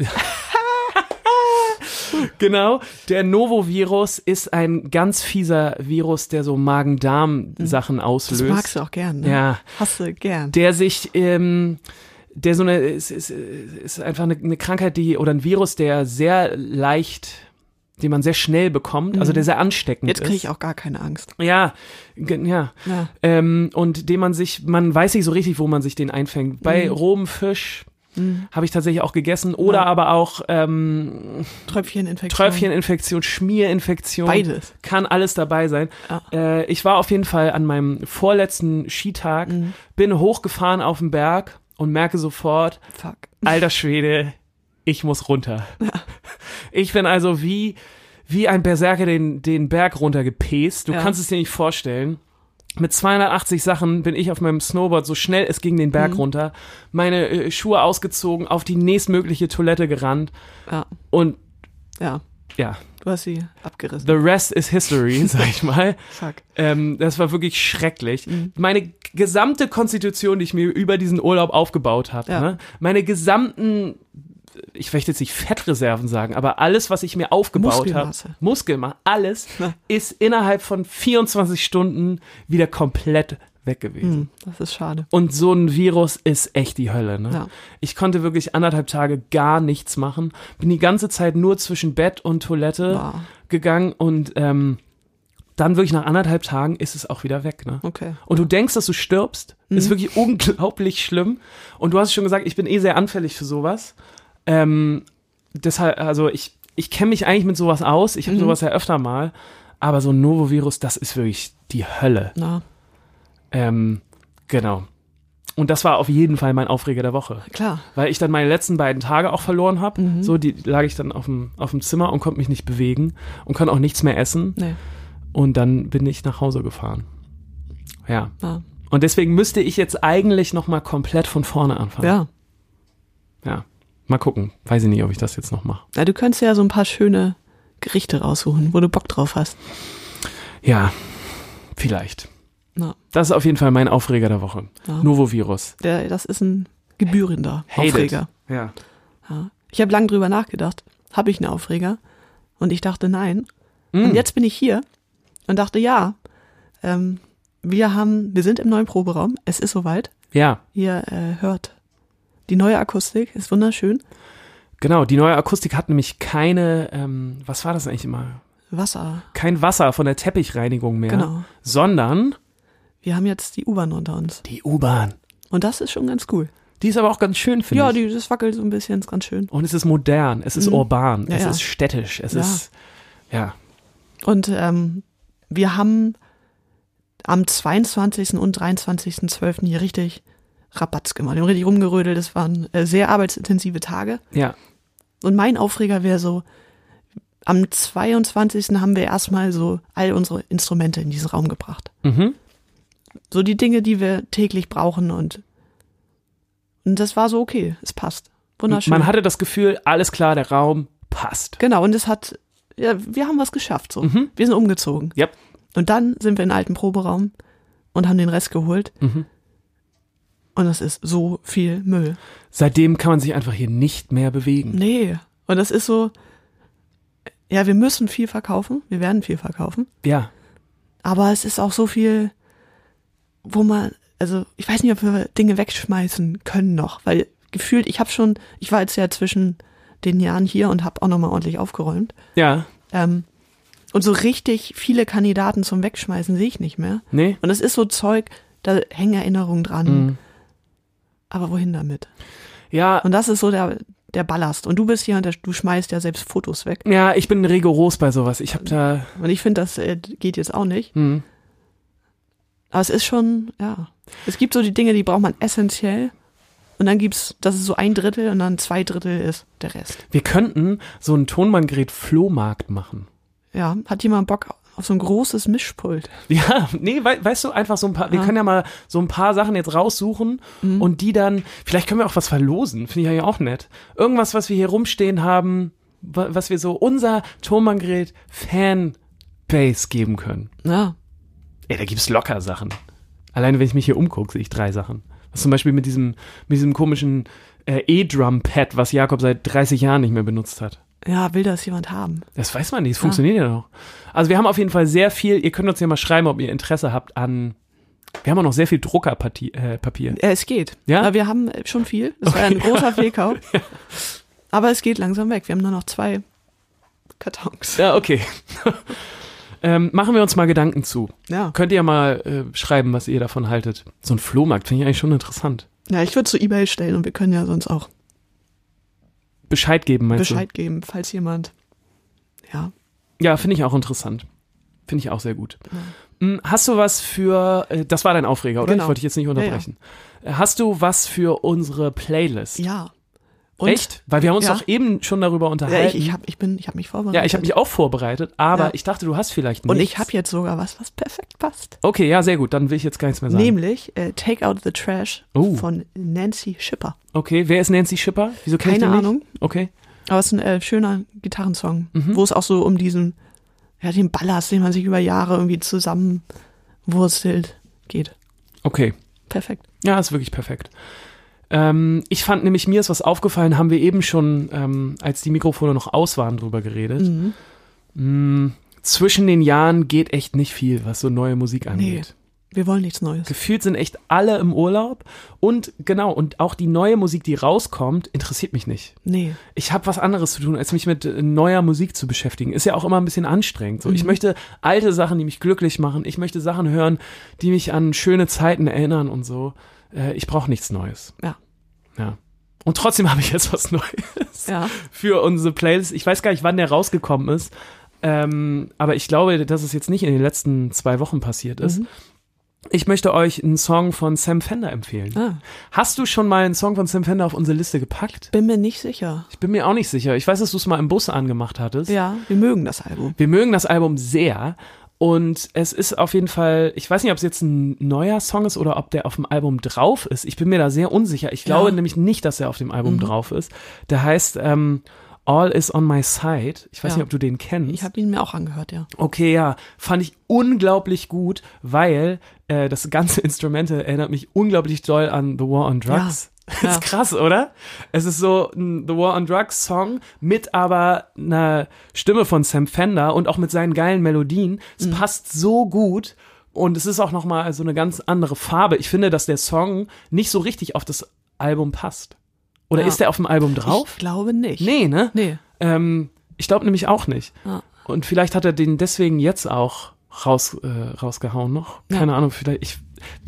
Genau, der Novovirus ist ein ganz fieser Virus, der so Magen-Darm-Sachen auslöst. Das magst du auch gern, ne? Ja. Hast du gern. Der sich, ist einfach eine Krankheit, oder ein Virus, der sehr leicht, den man sehr schnell bekommt, also der sehr ansteckend ist. Jetzt kriege ich auch gar keine Angst. Ja. Ja. Und man weiß nicht so richtig, wo man sich den einfängt. Bei rohem Fisch habe ich tatsächlich auch gegessen oder aber auch Tröpfcheninfektion, Schmierinfektion. Beides. Kann alles dabei sein. Ja. Ich war auf jeden Fall an meinem vorletzten Skitag, bin hochgefahren auf den Berg und merke sofort, Fuck. Alter Schwede, ich muss runter. Ja. Ich bin also wie ein Berserker den Berg runtergepäst. Du kannst es dir nicht vorstellen. Mit 280 Sachen bin ich auf meinem Snowboard so schnell es ging den Berg runter, meine Schuhe ausgezogen, auf die nächstmögliche Toilette gerannt. Ja. Und ja. Du hast sie abgerissen. The rest is history, sag ich mal. Fuck. Das war wirklich schrecklich. Meine gesamte Konstitution, die ich mir über diesen Urlaub aufgebaut habe, ne? Meine gesamten, ich möchte jetzt nicht Fettreserven sagen, aber alles, was ich mir aufgebaut habe, Muskelmasse, alles ist innerhalb von 24 Stunden wieder komplett weg gewesen. Das ist schade. Und so ein Virus ist echt die Hölle. Ne? Ja. Ich konnte wirklich 1,5 Tage gar nichts machen. Bin die ganze Zeit nur zwischen Bett und Toilette gegangen und dann wirklich nach 1,5 Tagen ist es auch wieder weg. Ne? Okay. Und du denkst, dass du stirbst. Ist wirklich unglaublich schlimm. Und du hast schon gesagt, ich bin sehr anfällig für sowas. Deshalb, also ich kenne mich eigentlich mit sowas aus. Ich habe sowas ja öfter mal. Aber so ein Novovirus, das ist wirklich die Hölle. Na. Genau. Und das war auf jeden Fall mein Aufreger der Woche. Klar. Weil ich dann meine letzten beiden Tage auch verloren habe. So, die lag ich dann auf dem Zimmer und konnte mich nicht bewegen und konnte auch nichts mehr essen. Nee. Und dann bin ich nach Hause gefahren. Ja. Ah. Und deswegen müsste ich jetzt eigentlich nochmal komplett von vorne anfangen. Ja. Ja. Mal gucken. Weiß ich nicht, ob ich das jetzt noch mache. Ja, du könntest ja so ein paar schöne Gerichte raussuchen, wo du Bock drauf hast. Ja. Vielleicht. Na. Das ist auf jeden Fall mein Aufreger der Woche. Ja. Novovirus. Das ist ein gebührender Aufreger. Ja. Ja. Ich habe lange drüber nachgedacht. Habe ich einen Aufreger? Und ich dachte, nein. Und jetzt bin ich hier und dachte, ja, wir sind im neuen Proberaum. Es ist soweit. Ja. Ihr hört die neue Akustik. Ist wunderschön. Genau, die neue Akustik hat nämlich keine, was war das eigentlich immer? Wasser. Kein Wasser von der Teppichreinigung mehr. Genau. Sondern Wir haben jetzt die U-Bahn unter uns. die U-Bahn. Und das ist schon ganz cool. Die ist aber auch ganz schön, finde ich. Ja, das wackelt so ein bisschen, ist ganz schön. Und es ist modern, es ist urban, es Ja. ist städtisch, es ist, ja. Und wir haben am 22. und 23.12. hier richtig Rabatz gemacht. Wir haben richtig rumgerödelt. Das waren sehr arbeitsintensive Tage. Ja. Und mein Aufreger wäre so, am 22. haben wir erstmal so all unsere Instrumente in diesen Raum gebracht. So die Dinge, die wir täglich brauchen und das war so okay. Es passt. Wunderschön. Man hatte das Gefühl, alles klar, der Raum passt. Genau, und wir haben was geschafft. So. Wir sind umgezogen. Yep. Und dann sind wir in den alten Proberaum und haben den Rest geholt. Und das ist so viel Müll. Seitdem kann man sich einfach hier nicht mehr bewegen. Nee. Und das ist so, ja, wir müssen viel verkaufen. Wir werden viel verkaufen. Ja. Aber es ist auch so viel, wo man, also ich weiß nicht, ob wir Dinge wegschmeißen können noch. Weil gefühlt, ich war jetzt ja zwischen den Jahren hier und habe auch nochmal ordentlich aufgeräumt. Ja. Und so richtig viele Kandidaten zum Wegschmeißen sehe ich nicht mehr. Nee. Und es ist so Zeug, da hängen Erinnerungen dran. Aber wohin damit? Ja. Und das ist so der Ballast. Und du bist hier und du schmeißt ja selbst Fotos weg. Ja, ich bin rigoros bei sowas. Ich habe da. Und ich finde, das geht jetzt auch nicht. Aber es ist schon, ja. Es gibt so die Dinge, die braucht man essentiell. Und dann gibt's, das ist so 1/3 und dann 2/3 ist der Rest. Wir könnten so einen Tonbandgerät-Flohmarkt machen. Ja, hat jemand Bock auf so ein großes Mischpult? Ja, nee, weißt du, einfach so ein paar, wir können ja mal so ein paar Sachen jetzt raussuchen und die dann, vielleicht können wir auch was verlosen, finde ich ja auch nett. Irgendwas, was wir hier rumstehen haben, was wir so unser Tonbandgerät Fanbase geben können. Ja. Ey, da gibt's locker Sachen. Alleine, wenn ich mich hier umgucke, sehe ich 3 Sachen. Was zum Beispiel mit diesem komischen E-Drum-Pad, was Jakob seit 30 Jahren nicht mehr benutzt hat. Ja, will das jemand haben? Das weiß man nicht, es funktioniert ja noch. Also wir haben auf jeden Fall sehr viel, ihr könnt uns ja mal schreiben, ob ihr Interesse habt an, wir haben auch noch sehr viel Druckerpapier. Es geht. Ja? Aber wir haben schon viel. Das war ja ein großer Fehlkauf. Ja. Aber es geht langsam weg. Wir haben nur noch 2 Kartons. Ja, okay. Machen wir uns mal Gedanken zu. Ja. Könnt ihr mal schreiben, was ihr davon haltet. So ein Flohmarkt finde ich eigentlich schon interessant. Ja, ich würde zu eBay stellen und wir können ja sonst auch Bescheid geben, meinst du? Bescheid geben, falls jemand, ja. Ja, finde ich auch interessant. Finde ich auch sehr gut. Ja. Hast du was für, das war dein Aufreger, oder? Genau. Ich wollte dich jetzt nicht unterbrechen. Ja. Hast du was für unsere Playlist? Ja. Und? Echt? Weil wir haben uns doch eben schon darüber unterhalten. Ja, ich hab mich vorbereitet. Ja, ich habe mich auch vorbereitet, aber ich dachte, du hast vielleicht nichts. Und ich habe jetzt sogar was perfekt passt. Okay, ja, sehr gut. Dann will ich jetzt gar nichts mehr sagen. Nämlich Take Out the Trash von Nancy Schipper. Okay, wer ist Nancy Schipper? Wieso kenn ich die Keine nicht? Ahnung. Okay. Aber es ist ein schöner Gitarrensong, wo es auch so um den Ballast, den man sich über Jahre irgendwie zusammenwurstelt, geht. Okay. Perfekt. Ja, ist wirklich perfekt. Ich fand nämlich, mir ist was aufgefallen, haben wir eben schon, als die Mikrofone noch aus waren, drüber geredet. Zwischen den Jahren geht echt nicht viel, was so neue Musik angeht. Nee, wir wollen nichts Neues. Gefühlt sind echt alle im Urlaub und auch die neue Musik, die rauskommt, interessiert mich nicht. Nee. Ich habe was anderes zu tun, als mich mit neuer Musik zu beschäftigen. Ist ja auch immer ein bisschen anstrengend. So, ich möchte alte Sachen, die mich glücklich machen. Ich möchte Sachen hören, die mich an schöne Zeiten erinnern und so. Ich brauche nichts Neues. Ja. Und trotzdem habe ich jetzt was Neues für unsere Playlist. Ich weiß gar nicht, wann der rausgekommen ist. Aber ich glaube, dass es jetzt nicht in den letzten 2 Wochen passiert ist. Ich möchte euch einen Song von Sam Fender empfehlen. Hast du schon mal einen Song von Sam Fender auf unsere Liste gepackt? Bin mir nicht sicher. Ich bin mir auch nicht sicher. Ich weiß, dass du es mal im Bus angemacht hattest. Ja, wir mögen das Album. Wir mögen das Album sehr. Und es ist auf jeden Fall, ich weiß nicht, ob es jetzt ein neuer Song ist oder ob der auf dem Album drauf ist. Ich bin mir da sehr unsicher. Ich glaube nämlich nicht, dass er auf dem Album drauf ist. Der heißt All is on my side. Ich weiß nicht, ob du den kennst. Ich habe ihn mir auch angehört, ja. Okay, ja. Fand ich unglaublich gut, weil das ganze Instrumental erinnert mich unglaublich doll an The War on Drugs. Das ist krass, oder? Es ist so ein The War on Drugs Song mit aber einer Stimme von Sam Fender und auch mit seinen geilen Melodien. Es passt so gut und es ist auch nochmal so eine ganz andere Farbe. Ich finde, dass der Song nicht so richtig auf das Album passt. Oder ist der auf dem Album drauf? Ich glaube nicht. Nee, ne? Nee. Ich glaube nämlich auch nicht. Ja. Und vielleicht hat er den deswegen jetzt auch rausgehauen noch. Keine Ahnung, vielleicht,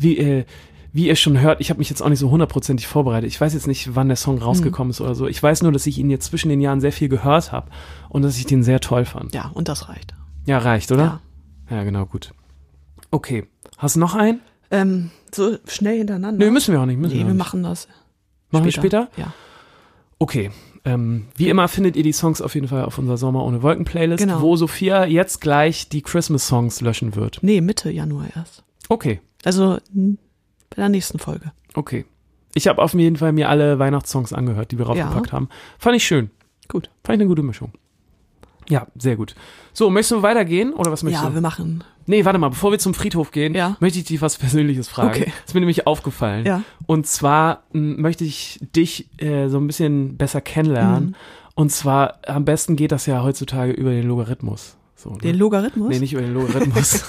wie ihr schon hört, ich habe mich jetzt auch nicht so 100%ig vorbereitet. Ich weiß jetzt nicht, wann der Song rausgekommen ist oder so. Ich weiß nur, dass ich ihn jetzt zwischen den Jahren sehr viel gehört habe und dass ich den sehr toll fand. Ja, und das reicht. Ja, reicht, oder? Ja, genau, gut. Okay. Hast du noch einen? So schnell hintereinander? Nö, müssen wir auch nicht. Wir machen das. Machen wir später? Ja. Okay. Wie immer findet ihr die Songs auf jeden Fall auf unserer Sommer ohne Wolken Playlist, genau, wo Sophia jetzt gleich die Christmas Songs löschen wird. Nee, Mitte Januar erst. Okay. Also bei der nächsten Folge. Okay. Ich habe auf jeden Fall mir alle Weihnachtssongs angehört, die wir raufgepackt haben. Fand ich schön. Gut. Fand ich eine gute Mischung. Ja, sehr gut. So, möchtest du weitergehen oder was möchtest du? Ja, wir machen. Nee, warte mal, bevor wir zum Friedhof gehen, möchte ich dich was Persönliches fragen. Okay. Das ist mir nämlich aufgefallen. Ja. Und zwar möchte ich dich so ein bisschen besser kennenlernen. Und zwar, am besten geht das ja heutzutage über den Logarithmus. So, ne? Den Logarithmus? Nee, nicht über den Logarithmus.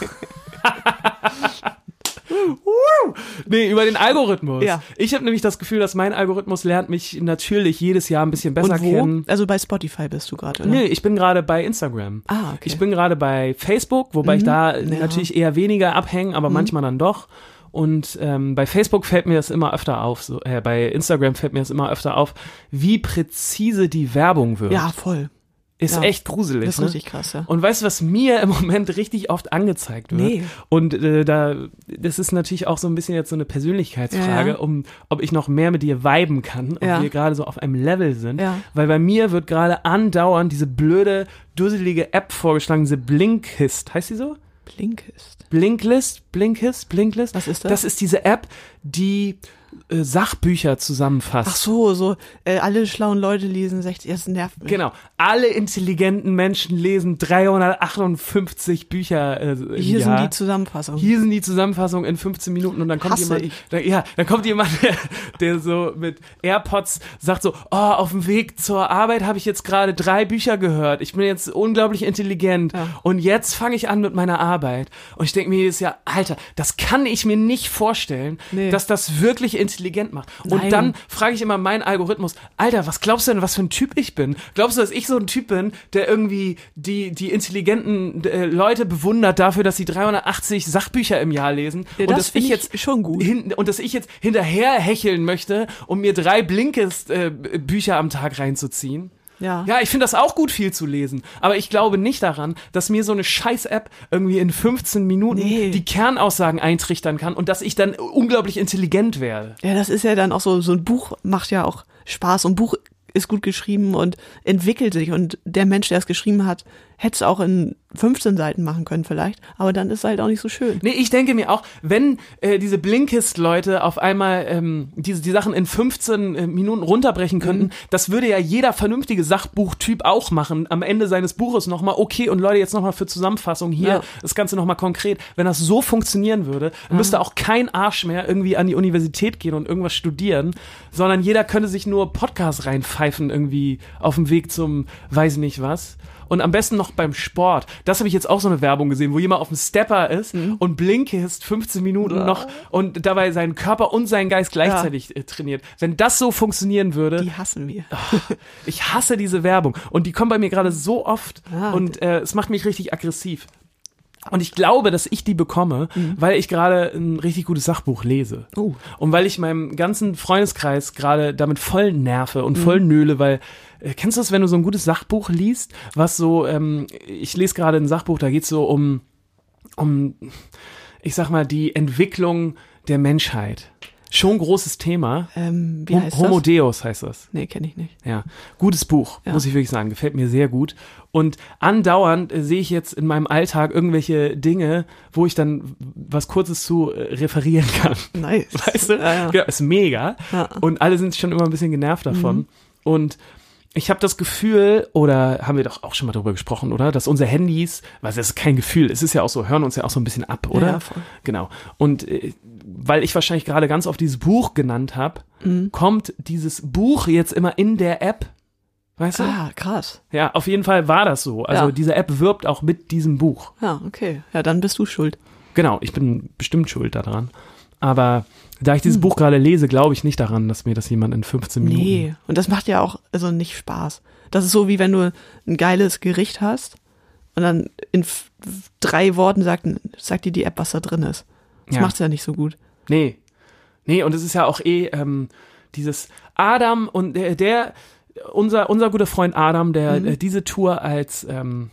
Nee, über den Algorithmus. Ja. Ich habe nämlich das Gefühl, dass mein Algorithmus lernt mich natürlich jedes Jahr ein bisschen besser Und wo? kennen. Also bei Spotify bist du gerade, oder? Nee, ich bin gerade bei Instagram. Ah, okay. Ich bin gerade bei Facebook, wobei ich da natürlich eher weniger abhänge, aber manchmal dann doch. Und bei Facebook fällt mir das immer öfter auf, bei Instagram fällt mir das immer öfter auf, wie präzise die Werbung wird. Ja, voll. Ist echt gruselig. Das ist richtig krass, ja. Und weißt du, was mir im Moment richtig oft angezeigt wird? Nee. Und das ist natürlich auch so ein bisschen jetzt so eine Persönlichkeitsfrage, ob ich noch mehr mit dir viben kann, ob wir gerade so auf einem Level sind. Ja. Weil bei mir wird gerade andauernd diese blöde, dusselige App vorgeschlagen, diese Blinkist. Heißt die so? Blinkist. Blinkist. Was ist das? Das ist diese App, die Sachbücher zusammenfasst. Ach so, alle schlauen Leute lesen 60, das nervt mich. Genau, alle intelligenten Menschen lesen 358 Bücher im Hier Jahr. sind die Zusammenfassungen. Hier sind die Zusammenfassungen in 15 Minuten und dann kommt dann kommt jemand, der so mit AirPods sagt so, auf dem Weg zur Arbeit habe ich jetzt gerade 3 Bücher gehört. Ich bin jetzt unglaublich intelligent und jetzt fange ich an mit meiner Arbeit. Und ich denke mir jedes Jahr, Alter, das kann ich mir nicht vorstellen, dass das wirklich intelligent macht. Und dann frage ich immer meinen Algorithmus, Alter, was glaubst du denn, was für ein Typ ich bin? Glaubst du, dass ich so ein Typ bin, der irgendwie die intelligenten Leute bewundert dafür, dass sie 380 Sachbücher im Jahr lesen? Ja, und dass ich jetzt schon gut. Und dass ich jetzt hinterher hecheln möchte, um mir 3 Blinkist-Bücher am Tag reinzuziehen? Ja, ich finde das auch gut, viel zu lesen. Aber ich glaube nicht daran, dass mir so eine Scheiß-App irgendwie in 15 Minuten die Kernaussagen eintrichtern kann und dass ich dann unglaublich intelligent werde. Ja, das ist ja dann auch so ein Buch macht ja auch Spaß. Und ein Buch ist gut geschrieben und entwickelt sich. Und der Mensch, der es geschrieben hat, hättest auch in 15 Seiten machen können vielleicht, aber dann ist es halt auch nicht so schön. Nee, ich denke mir auch, wenn diese Blinkist-Leute auf einmal die Sachen in 15 Minuten runterbrechen könnten, das würde ja jeder vernünftige Sachbuchtyp auch machen. Am Ende seines Buches nochmal, okay, und Leute, jetzt nochmal für Zusammenfassung hier, das Ganze nochmal konkret. Wenn das so funktionieren würde, dann müsste auch kein Arsch mehr irgendwie an die Universität gehen und irgendwas studieren, sondern jeder könnte sich nur Podcasts reinpfeifen irgendwie auf dem Weg zum weiß nicht was. Und am besten noch beim Sport. Das habe ich jetzt auch so eine Werbung gesehen, wo jemand auf dem Stepper ist und Blinkist 15 Minuten noch und dabei seinen Körper und seinen Geist gleichzeitig trainiert. Wenn das so funktionieren würde. Die hassen wir. Ich hasse diese Werbung. Und die kommen bei mir gerade so oft und es macht mich richtig aggressiv. Und ich glaube, dass ich die bekomme, weil ich gerade ein richtig gutes Sachbuch lese. Und weil ich meinem ganzen Freundeskreis gerade damit voll nerve und voll nöle, weil, kennst du das, wenn du so ein gutes Sachbuch liest, was so, ich lese gerade ein Sachbuch, da geht's so um, ich sag mal, die Entwicklung der Menschheit. Schon großes Thema. Wie heißt Homo das? Deus heißt das. Nee, kenne ich nicht. Ja, gutes Buch, muss ich wirklich sagen. Gefällt mir sehr gut. Und andauernd sehe ich jetzt in meinem Alltag irgendwelche Dinge, wo ich dann was Kurzes zu referieren kann. Nice. Weißt du? Ja. Ja, ist mega. Ja. Und alle sind schon immer ein bisschen genervt davon. Und ich habe das Gefühl, oder haben wir doch auch schon mal darüber gesprochen, oder? Dass unsere Handys, was ist kein Gefühl, es ist ja auch so, hören uns ja auch so ein bisschen ab, oder? Ja, voll. Genau. Und weil ich wahrscheinlich gerade ganz oft dieses Buch genannt habe, kommt dieses Buch jetzt immer in der App. Weißt du? Ah, krass. Ja, auf jeden Fall war das so. Also Ja. diese App wirbt auch mit diesem Buch. Ja, okay. Ja, dann bist du schuld. Genau, ich bin bestimmt schuld daran. Aber da ich dieses Buch gerade lese, glaube ich nicht daran, dass mir das jemand in 15 Minuten... Nee, und das macht ja auch also nicht Spaß. Das ist so, wie wenn du ein geiles Gericht hast und dann in 3 Worten sagt dir die App, was da drin ist. Das Ja. macht's ja nicht so gut. Nee, und es ist ja auch dieses Adam und unser guter Freund Adam, der diese Tour als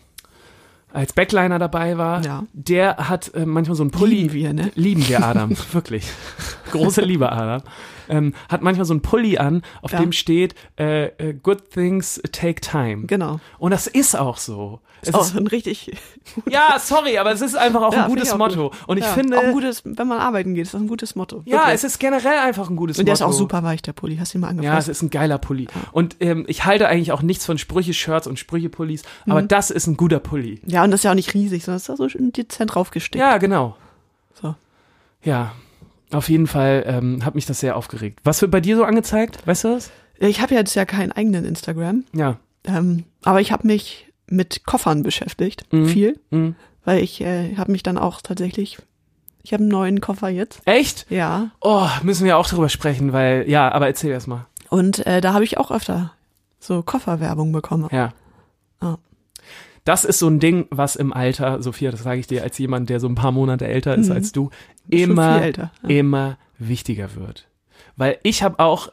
Backliner dabei war, der hat manchmal so ein Pulli. Lieben wir, ne? Lieben wir Adam, wirklich. Große Liebe Adam. Hat manchmal so ein Pulli an, auf dem steht Good things take time. Genau. Und das ist auch so. Es Ist auch ist, ein richtig ja, sorry, aber es ist einfach auch Ja, ein gutes finde ich auch Motto. gut. Und ich Ja, finde, auch ein gutes, wenn man arbeiten geht, ist das ein gutes Motto. ja, Wirklich. es ist generell einfach ein gutes Motto. Und der ist auch super weich, der Pulli. Hast du ihn mal angefasst? Ja, es ist ein geiler Pulli. Und ich halte eigentlich auch nichts von Sprüche-Shirts und Sprüche-Pullis, aber das ist ein guter Pulli. Ja, und das ist ja auch nicht riesig, sondern ist da so schön dezent draufgestickt. Ja, genau. So. Ja, auf jeden Fall hat mich das sehr aufgeregt. Was wird bei dir so angezeigt? Weißt du das? Ich habe jetzt ja keinen eigenen Instagram, Ja. aber ich habe mich mit Koffern beschäftigt, viel, weil ich habe mich dann auch tatsächlich, ich habe einen neuen Koffer jetzt. Echt? Ja. Oh, müssen wir auch drüber sprechen, weil, ja, aber erzähl erst mal. Und da habe ich auch öfter so Kofferwerbung bekommen. Ja. Ah. Das ist so ein Ding, was im Alter, Sophia, das sage ich dir als jemand, der so ein paar Monate älter ist als du, Schon immer, viel älter, ja. immer wichtiger wird. Weil ich habe auch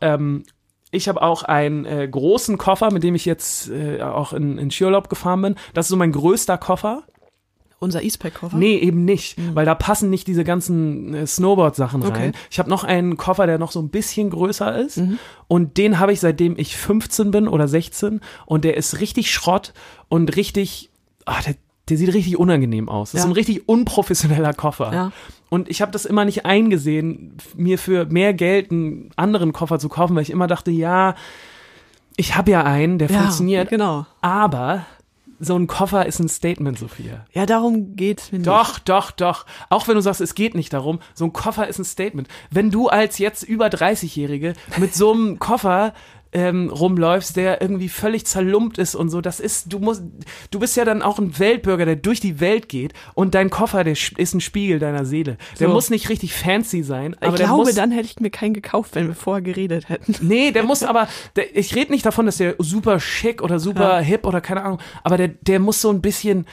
einen großen Koffer, mit dem ich jetzt auch in Skiurlaub gefahren bin. Das ist so mein größter Koffer. Unser Eastpack-Koffer? Nee, eben nicht, weil da passen nicht diese ganzen Snowboard-Sachen rein. Okay. Ich habe noch einen Koffer, der noch so ein bisschen größer ist und den habe ich seitdem ich 15 bin oder 16 und der ist richtig Schrott und richtig, der sieht richtig unangenehm aus. Das ist Ja. ein richtig unprofessioneller Koffer. Ja. Und ich habe das immer nicht eingesehen, mir für mehr Geld einen anderen Koffer zu kaufen, weil ich immer dachte, ja, ich habe ja einen, der Ja, funktioniert, genau. aber so ein Koffer ist ein Statement, Sophia. Ja, darum geht's mir nicht. Doch. Auch wenn du sagst, es geht nicht darum, so ein Koffer ist ein Statement. Wenn du als jetzt über 30-Jährige mit so einem Koffer rumläufst, der irgendwie völlig zerlumpt ist und so, du bist ja dann auch ein Weltbürger, der durch die Welt geht und dein Koffer, der ist ein Spiegel deiner Seele. Der So. muss nicht richtig fancy sein, aber Ich der glaube, muss, dann hätte ich mir keinen gekauft, wenn wir vorher geredet hätten. nee, der muss aber, ich rede nicht davon, dass der super schick oder super hip oder keine Ahnung, aber der muss so ein bisschen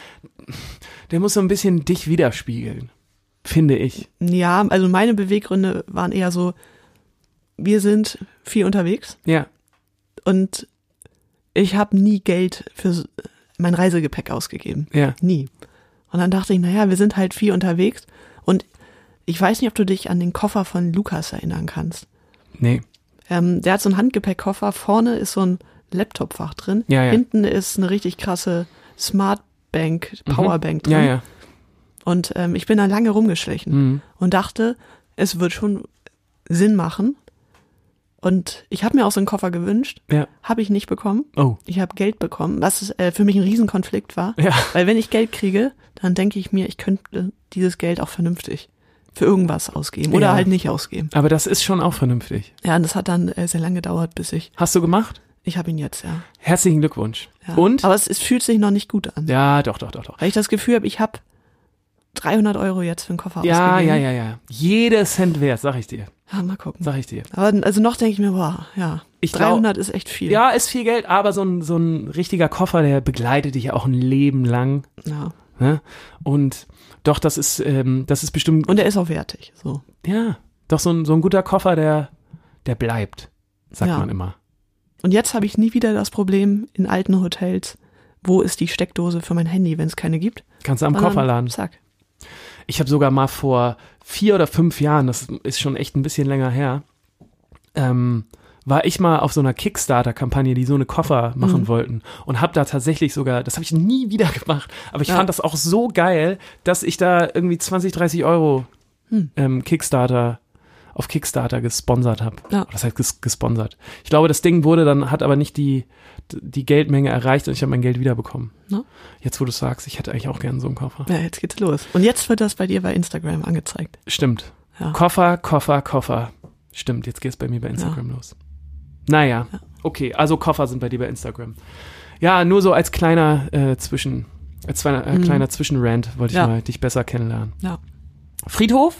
dich widerspiegeln, finde ich. Ja, also meine Beweggründe waren eher so, wir sind viel unterwegs Ja. und ich habe nie Geld für mein Reisegepäck ausgegeben. Ja. Nie. Und dann dachte ich, naja, wir sind halt viel unterwegs und ich weiß nicht, ob du dich an den Koffer von Lukas erinnern kannst. Nee. Der hat so einen Handgepäckkoffer, vorne ist so ein Laptopfach drin, Ja. hinten ist eine richtig krasse Smart Softbank, Powerbank drin. Ja, ja. Und ich bin da lange rumgeschlichen und dachte, es wird schon Sinn machen. Und ich habe mir auch so einen Koffer gewünscht, habe ich nicht bekommen. Oh. Ich habe Geld bekommen, was für mich ein Riesenkonflikt war. Ja. Weil wenn ich Geld kriege, dann denke ich mir, ich könnte dieses Geld auch vernünftig für irgendwas ausgeben oder halt nicht ausgeben. Aber das ist schon auch vernünftig. Ja, und das hat dann sehr lange gedauert, bis ich... Hast du gemacht? Ich habe ihn jetzt, ja. Herzlichen Glückwunsch. Ja. Und? Aber es fühlt sich noch nicht gut an. Ja, doch. Weil ich das Gefühl habe, ich habe 300 € jetzt für einen Koffer ausgegeben. Ja. Jeder Cent wert, sag ich dir. Ja, mal gucken. Sag ich dir. Aber also noch denke ich mir, boah, ja, 300 ist echt viel. Ja, ist viel Geld, aber so ein richtiger Koffer, der begleitet dich ja auch ein Leben lang. Ja. Ne? Und doch, das ist bestimmt... Und er ist auch wertig, so. Ja, doch so ein guter Koffer, der bleibt, sagt man immer. Und jetzt habe ich nie wieder das Problem in alten Hotels, wo ist die Steckdose für mein Handy, wenn es keine gibt. Kannst du am Koffer laden. Zack. Ich habe sogar mal vor 4 oder 5 Jahren, das ist schon echt ein bisschen länger her, war ich mal auf so einer Kickstarter-Kampagne, die so eine Koffer machen wollten und habe da tatsächlich sogar, das habe ich nie wieder gemacht, aber ich fand das auch so geil, dass ich da irgendwie 20, 30 € auf Kickstarter gesponsert habe. Ja. Das heißt gesponsert. Ich glaube, das Ding hat aber nicht die Geldmenge erreicht und ich habe mein Geld wiederbekommen. Ja. Jetzt, wo du sagst, ich hätte eigentlich auch gerne so einen Koffer. Ja, jetzt geht's los. Und jetzt wird das bei dir bei Instagram angezeigt. Stimmt. Ja. Koffer. Stimmt, jetzt geht's bei mir bei Instagram los. Naja, okay, also Koffer sind bei dir bei Instagram. Ja, nur so als kleiner kleiner Zwischenrant wollte ich mal dich besser kennenlernen. Ja. Friedhof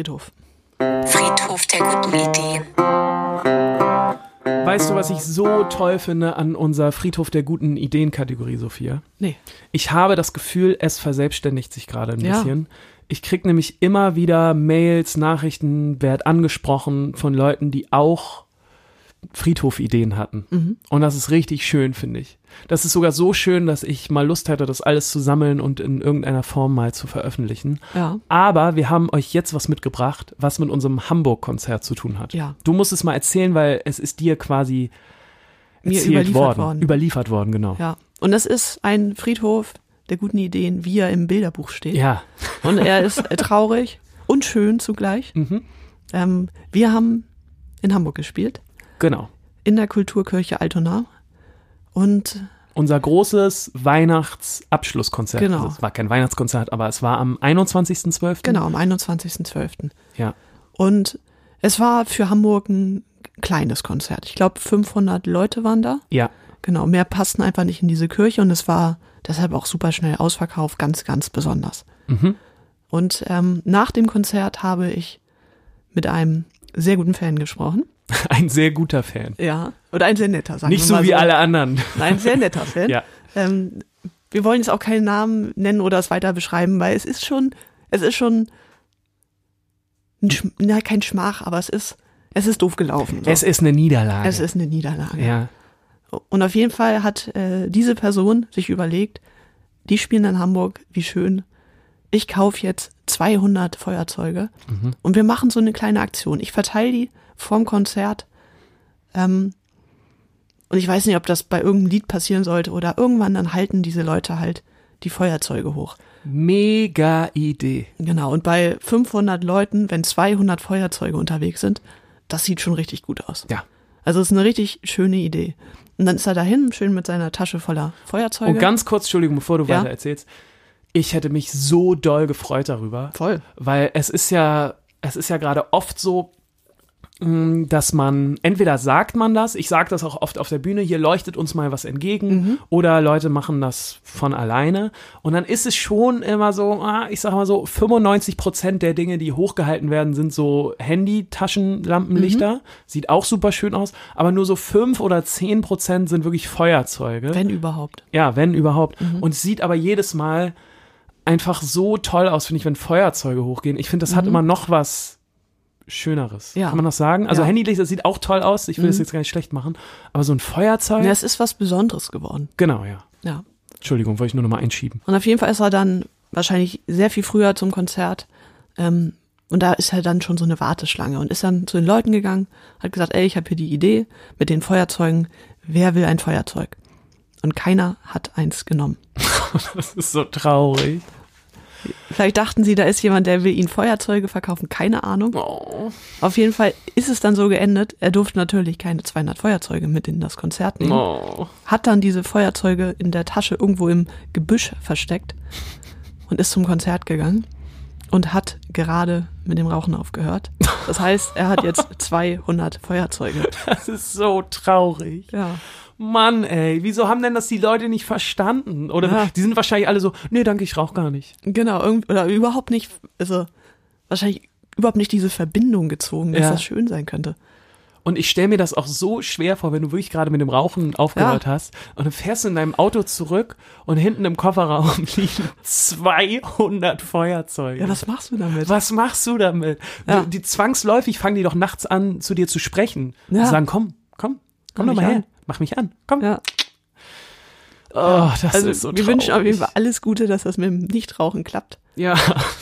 der guten Ideen. Weißt du, was ich so toll finde an unserer Friedhof der guten Ideen-Kategorie, Sophia? Nee. Ich habe das Gefühl, es verselbstständigt sich gerade ein bisschen. Ich kriege nämlich immer wieder Mails, Nachrichten, werd angesprochen von Leuten, die auch Friedhof-Ideen hatten. Und das ist richtig schön, finde ich. Das ist sogar so schön, dass ich mal Lust hätte, das alles zu sammeln und in irgendeiner Form mal zu veröffentlichen. Ja. Aber wir haben euch jetzt was mitgebracht, was mit unserem Hamburg-Konzert zu tun hat. Ja. Du musst es mal erzählen, weil es ist dir quasi überliefert worden, genau. Ja. Und das ist ein Friedhof der guten Ideen, wie er im Bilderbuch steht. Ja. Und er ist traurig und schön zugleich. Wir haben in Hamburg gespielt. Genau. In der Kulturkirche Altona. Und unser großes Weihnachtsabschlusskonzert. Genau. Also es war kein Weihnachtskonzert, aber es war am 21.12. Genau, am 21.12. Ja. Und es war für Hamburg ein kleines Konzert. Ich glaube, 500 Leute waren da. Ja. Genau, mehr passten einfach nicht in diese Kirche und es war deshalb auch super schnell ausverkauft, ganz, ganz besonders. Und nach dem Konzert habe ich mit einem sehr guten Fan gesprochen. Ein sehr guter Fan. Ja, oder ein sehr netter, sagen Nicht wir mal so wie alle anderen. Nein, sehr netter Fan. Ja. Wir wollen jetzt auch keinen Namen nennen oder es weiter beschreiben, weil es ist schon kein Schmach, aber es ist doof gelaufen. So. Es ist eine Niederlage. Es ist eine Niederlage. Ja. Und auf jeden Fall hat diese Person sich überlegt, die spielen in Hamburg, wie schön. Ich kaufe jetzt 200 Feuerzeuge und wir machen so eine kleine Aktion. Ich verteile die vorm Konzert und ich weiß nicht, ob das bei irgendeinem Lied passieren sollte oder irgendwann dann halten diese Leute halt die Feuerzeuge hoch. Mega Idee. Genau, und bei 500 Leuten, wenn 200 Feuerzeuge unterwegs sind, das sieht schon richtig gut aus. Ja. Also es ist eine richtig schöne Idee. Und dann ist er dahin, schön mit seiner Tasche voller Feuerzeuge. Und ganz kurz, Entschuldigung, bevor du weiter erzählst. Ich hätte mich so doll gefreut darüber. Voll. Weil es ist ja gerade oft so, dass man, entweder sagt man das, ich sage das auch oft auf der Bühne, hier leuchtet uns mal was entgegen, oder Leute machen das von alleine. Und dann ist es schon immer so, ich sag mal so, 95% der Dinge, die hochgehalten werden, sind so Handy-Taschenlampenlichter. Sieht auch super schön aus, aber nur so 5 oder 10% sind wirklich Feuerzeuge. Wenn überhaupt. Ja, wenn überhaupt. Und es sieht aber jedes Mal einfach so toll aus, finde ich, wenn Feuerzeuge hochgehen. Ich finde, das hat immer noch was Schöneres. Ja. Kann man das sagen? Also Handylicht, das sieht auch toll aus. Ich will das jetzt gar nicht schlecht machen. Aber so ein Feuerzeug. Ja, es ist was Besonderes geworden. Genau, ja. Ja. Entschuldigung, wollte ich nur noch mal einschieben. Und auf jeden Fall ist er dann wahrscheinlich sehr viel früher zum Konzert. Und da ist halt dann schon so eine Warteschlange und ist dann zu den Leuten gegangen, hat gesagt, ey, ich habe hier die Idee mit den Feuerzeugen. Wer will ein Feuerzeug? und keiner hat eins genommen. Das ist so traurig. Vielleicht dachten sie, da ist jemand, der will ihnen Feuerzeuge verkaufen, keine Ahnung. Oh. Auf jeden Fall ist es dann so geendet, er durfte natürlich keine 200 Feuerzeuge mit in das Konzert nehmen, hat dann diese Feuerzeuge in der Tasche irgendwo im Gebüsch versteckt und ist zum Konzert gegangen und hat gerade mit dem Rauchen aufgehört. Das heißt, er hat jetzt 200 Feuerzeuge. Das ist so traurig. Ja. Mann, ey, wieso haben denn das die Leute nicht verstanden? Oder Ja. die sind wahrscheinlich alle so, nee, danke, ich rauche gar nicht. Genau, oder überhaupt nicht, also wahrscheinlich überhaupt nicht diese Verbindung gezogen, dass Ja. das schön sein könnte. Und ich stelle mir das auch so schwer vor, wenn du wirklich gerade mit dem Rauchen aufgehört hast und dann fährst du in deinem Auto zurück und hinten im Kofferraum liegen 200 Feuerzeuge. Ja, was machst du damit? Was machst du damit? Ja. Die zwangsläufig fangen die doch nachts an, zu dir zu sprechen. Ja. Und sagen, komm doch mich mal her. an. Mach mich an. Komm. Ja. Oh, das Also ist so wir traurig. wünschen auf jeden Fall alles Gute, dass das mit dem Nichtrauchen klappt. Ja.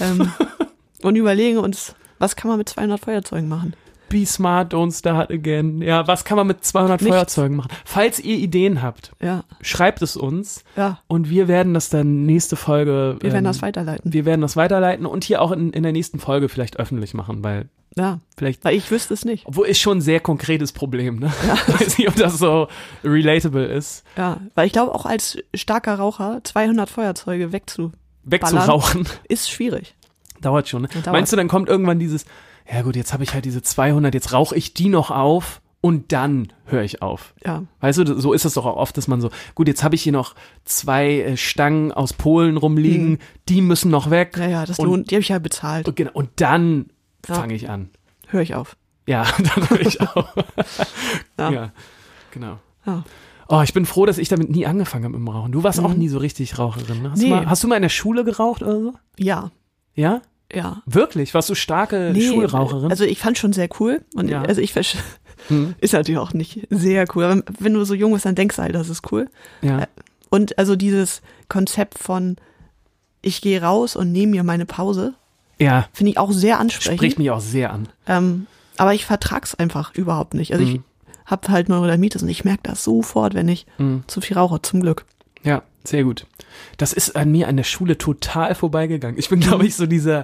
Und überlegen uns, was kann man mit 200 Feuerzeugen machen? Be smart, don't start again. Ja, was kann man mit 200 Nichts. Feuerzeugen machen? Falls ihr Ideen habt, Ja, schreibt es uns ja. und wir werden das dann nächste Folge. Wir werden das weiterleiten. Wir werden das weiterleiten und hier auch in der nächsten Folge vielleicht öffentlich machen, weil Ja, vielleicht. weil ich wüsste es nicht. Obwohl ist schon ein sehr konkretes Problem, ne? Ich weiß nicht, ob das so relatable ist. Ja, weil ich glaube auch als starker Raucher 200 Feuerzeuge Wegzurauchen ist schwierig. dauert schon. Ne? Dauert. Meinst du, dann kommt irgendwann dieses, ja gut, jetzt habe ich halt diese 200, jetzt rauche ich die noch auf und dann höre ich auf. Ja, Weißt du, so ist es doch auch oft, dass man so, gut, jetzt habe ich hier noch 2 Stangen aus Polen rumliegen, die müssen noch weg. ja, das und, lohnt, die habe ich ja bezahlt. Und, genau, und dann Ja. fange ich an. Höre ich auf. Ja, dann höre ich auf. Ja. Ja, genau. Ja. Oh, ich bin froh, dass ich damit nie angefangen habe mit dem Rauchen. Du warst auch nie so richtig Raucherin, ne? Nee. Hast du mal in der Schule geraucht oder so? Ja, Ja? ja. Wirklich? Warst du starke Schulraucherin? Also ich fand schon sehr cool. Und Ja. also ist natürlich auch nicht sehr cool. Aber wenn du so jung bist, dann denkst du halt, das ist cool. ja. Und also dieses Konzept von ich gehe raus und nehme mir meine Pause, Ja, finde ich auch sehr ansprechend. spricht mich auch sehr an. Aber ich vertrag's einfach überhaupt nicht. Also ich habe halt Neurodermitis und ich merke das sofort, wenn ich zu viel rauche, zum Glück. Ja, sehr gut. Das ist an mir an der Schule total vorbeigegangen. Ich bin, glaube ich, so diese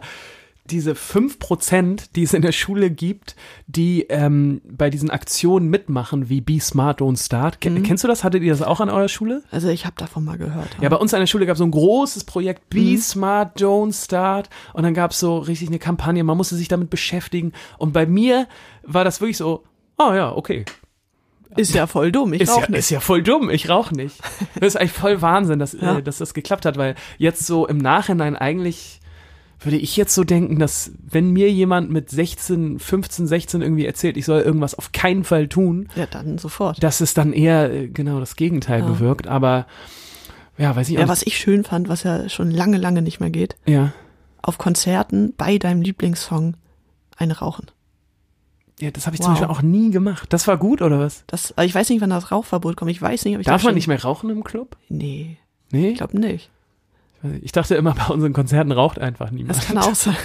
5%, die es in der Schule gibt, die bei diesen Aktionen mitmachen, wie Be Smart, Don't Start. Kennst du das? Hattet ihr das auch an eurer Schule? Also ich habe davon mal gehört. Ja, bei uns an der Schule gab es so ein großes Projekt, Be Smart, Don't Start. Und dann gab es so richtig eine Kampagne, man musste sich damit beschäftigen. Und bei mir war das wirklich so, oh ja, okay. Ist ja voll dumm, ich rauche nicht. Ist ja voll dumm, ich rauche nicht. Das ist eigentlich voll Wahnsinn, dass das geklappt hat, weil jetzt so im Nachhinein eigentlich würde ich jetzt so denken, dass wenn mir jemand mit 15, 16 irgendwie erzählt, ich soll irgendwas auf keinen Fall tun, Ja, dann sofort. dass es dann eher genau das Gegenteil bewirkt. Aber ja, weiß ich auch Ja, nicht. was ich schön fand, was ja schon lange, lange nicht mehr geht, Ja. auf Konzerten bei deinem Lieblingssong ein Rauchen. Ja, das habe ich Wow. zum Beispiel auch nie gemacht. Das war gut, oder was? Also ich weiß nicht, wann das Rauchverbot kommt. Ich weiß nicht, ob ich Darf das man schon- nicht mehr rauchen im Club? Nee, Nee? ich glaube nicht. Ich dachte immer, bei unseren Konzerten raucht einfach niemand. Das kann auch sein.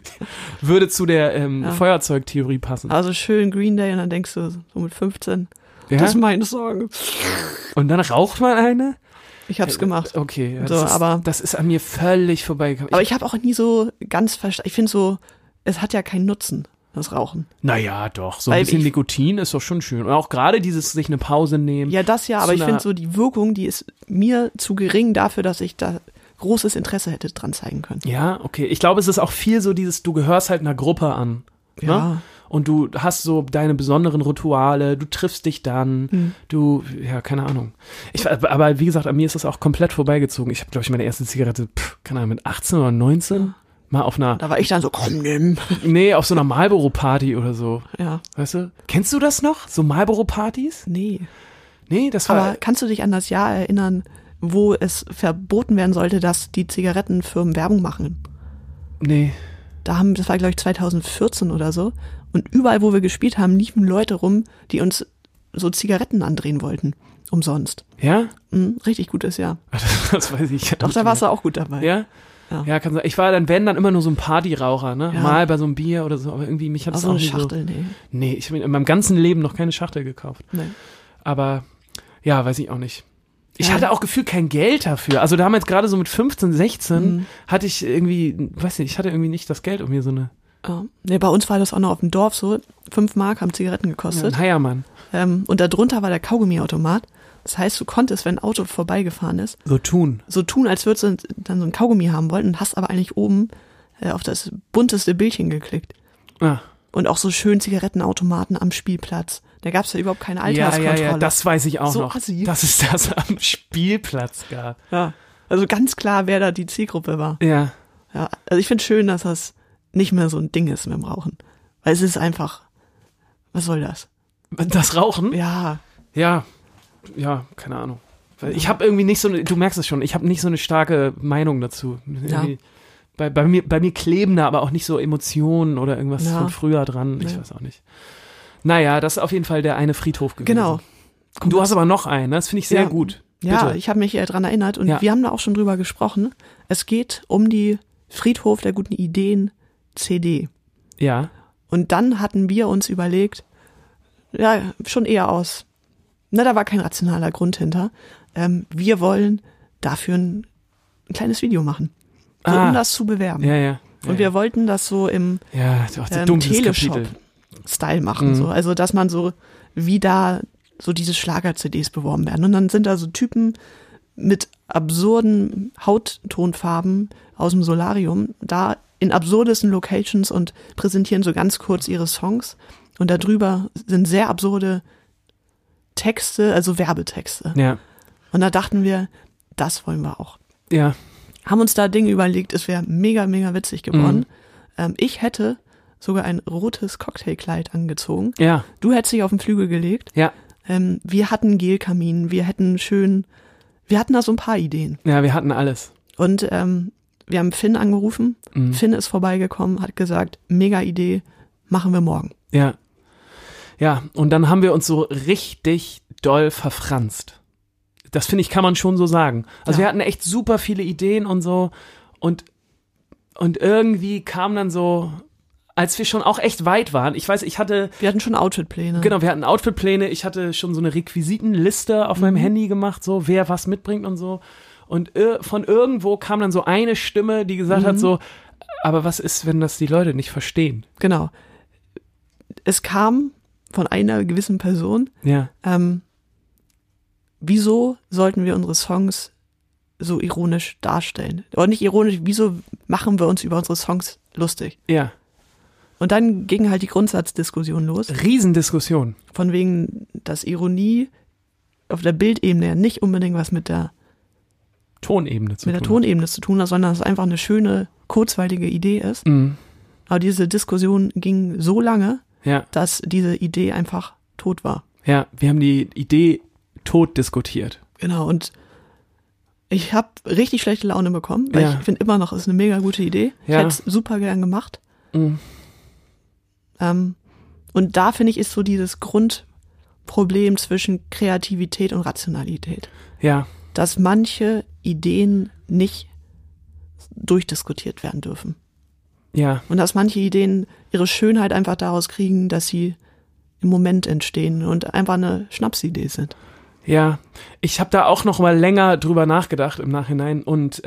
Würde zu der Feuerzeugtheorie passen. Also schön Green Day und dann denkst du so mit 15, Ja? das ist mein Song. Und dann raucht man eine? Ich hab's gemacht. Okay, ja, So, das, ist, aber- das ist an mir völlig vorbeigekommen. Aber ich habe auch nie so ganz verstanden. Ich finde so, es hat ja keinen Nutzen, das Rauchen. Naja, doch, so ein Weil bisschen ich- Nikotin ist doch schon schön. Und auch gerade dieses sich eine Pause nehmen. Ja, das ja, aber Zu ich einer- finde so die Wirkung, die ist mir zu gering dafür, dass ich da großes Interesse hätte dran zeigen können. Ja, okay. Ich glaube, es ist auch viel so dieses, du gehörst halt einer Gruppe an. Ne? Ja. Und du hast so deine besonderen Rituale, du triffst dich dann, du, ja, keine Ahnung. Aber wie gesagt, an mir ist das auch komplett vorbeigezogen. Ich habe, glaube ich, meine erste Zigarette, keine Ahnung, mit 18 oder 19 mal auf einer, Da war ich dann so, komm, nimm. nee, auf so einer Marlboro-Party oder so. Ja, Weißt du? Kennst du das noch? So Marlboro-Partys? nee. Nee, das war, Aber kannst du dich an das Jahr erinnern, wo es verboten werden sollte, dass die Zigarettenfirmen Werbung machen? nee. Das war, glaube ich, 2014 oder so. Und überall, wo wir gespielt haben, liefen Leute rum, die uns so Zigaretten andrehen wollten. Umsonst. Ja? Richtig gutes Jahr. Das weiß ich ja Doch, nicht da warst mehr. du auch gut dabei. Ja? Ja. Ja, kann sein. Ich war dann, wenn, dann immer nur so ein Partyraucher, ne? Ja. Mal bei so einem Bier oder so, aber irgendwie mich hat Auch das so auch eine nie Schachtel, nee. so. Nee, ich habe in meinem ganzen Leben noch keine Schachtel gekauft. Nee. Aber ja, weiß ich auch nicht. Ich hatte auch gefühlt kein Geld dafür. Also damals gerade so mit 15, 16 hatte ich irgendwie, weiß nicht, ich hatte irgendwie nicht das Geld, um mir so eine... Ja. Nee, bei uns war das auch noch auf dem Dorf so. 5 Mark haben Zigaretten gekostet. Ja, ein Heiermann. Und darunter war der Kaugummiautomat. Das heißt, du konntest, wenn ein Auto vorbeigefahren ist, so tun, als würdest du dann so ein Kaugummi haben wollen und hast aber eigentlich oben auf das bunteste Bildchen geklickt. Ah. Und auch so schön Zigarettenautomaten am Spielplatz. Da gab es ja überhaupt keine Alterskontrolle. Ja, das weiß ich auch so noch, assi. dass es das am Spielplatz gab. Ja, also ganz klar, wer da die Zielgruppe war. Ja. Ja, also ich finde schön, dass das nicht mehr so ein Ding ist mit dem Rauchen. Weil es ist einfach, was soll das? Das Rauchen? Ja. Ja, keine Ahnung. Weil ich habe irgendwie nicht so eine, du merkst es schon, ich habe nicht so eine starke Meinung dazu. Ja. Bei mir kleben da aber auch nicht so Emotionen oder irgendwas Ja. von früher dran. Ich weiß auch nicht. Naja, das ist auf jeden Fall der eine Friedhof gewesen. Genau. Und du hast aber noch einen, das finde ich sehr gut. Ja, Bitte. ich habe mich dran erinnert und wir haben da auch schon drüber gesprochen. Es geht um die Friedhof der guten Ideen CD. Ja. Und dann hatten wir uns überlegt, ja, schon eher aus, da war kein rationaler Grund hinter. Wir wollen dafür ein kleines Video machen, um das zu bewerben. Ja. Und wir wollten das so im Teleshop-Style machen. So. Also, dass man so, wie da so diese Schlager-CDs beworben werden. Und dann sind da so Typen mit absurden Hauttonfarben aus dem Solarium da in absurdesten Locations und präsentieren so ganz kurz ihre Songs. Und darüber sind sehr absurde Texte, also Werbetexte. Ja. Und da dachten wir, das wollen wir auch. Ja. Haben uns da Dinge überlegt, es wäre mega, mega witzig geworden. Ich hätte sogar ein rotes Cocktailkleid angezogen. Ja. Du hättest dich auf den Flügel gelegt. Ja. Wir hatten Gelkamin, wir hatten da so ein paar Ideen. Ja, wir hatten alles. Und wir haben Finn angerufen. Finn ist vorbeigekommen, hat gesagt, mega Idee, machen wir morgen. Ja. Ja, und dann haben wir uns so richtig doll verfranst. Das finde ich, kann man schon so sagen. Also wir hatten echt super viele Ideen und so und irgendwie kam dann so, als wir schon auch echt weit waren, wir hatten schon Outfitpläne. Genau, wir hatten Outfitpläne, ich hatte schon so eine Requisitenliste auf meinem Handy gemacht, so wer was mitbringt und so. Und von irgendwo kam dann so eine Stimme, die gesagt hat so, aber was ist, wenn das die Leute nicht verstehen? Genau. Es kam von einer gewissen Person, wieso sollten wir unsere Songs so ironisch darstellen? Oder nicht ironisch, wieso machen wir uns über unsere Songs lustig? Ja. Und dann ging halt die Grundsatzdiskussion los. Riesendiskussion. Von wegen, dass Ironie auf der Bildebene ja nicht unbedingt was mit der Tonebene zu tun hat, sondern dass es einfach eine schöne, kurzweilige Idee ist. Aber diese Diskussion ging so lange, dass diese Idee einfach tot war. Ja, wir haben die Idee tot diskutiert. Genau, und ich habe richtig schlechte Laune bekommen, weil ich finde immer noch, es ist eine mega gute Idee. Ich hätte es super gern gemacht. Und da, finde ich, ist so dieses Grundproblem zwischen Kreativität und Rationalität. Ja. Dass manche Ideen nicht durchdiskutiert werden dürfen. Ja. Und dass manche Ideen ihre Schönheit einfach daraus kriegen, dass sie im Moment entstehen und einfach eine Schnapsidee sind. Ja, ich habe da auch noch mal länger drüber nachgedacht im Nachhinein und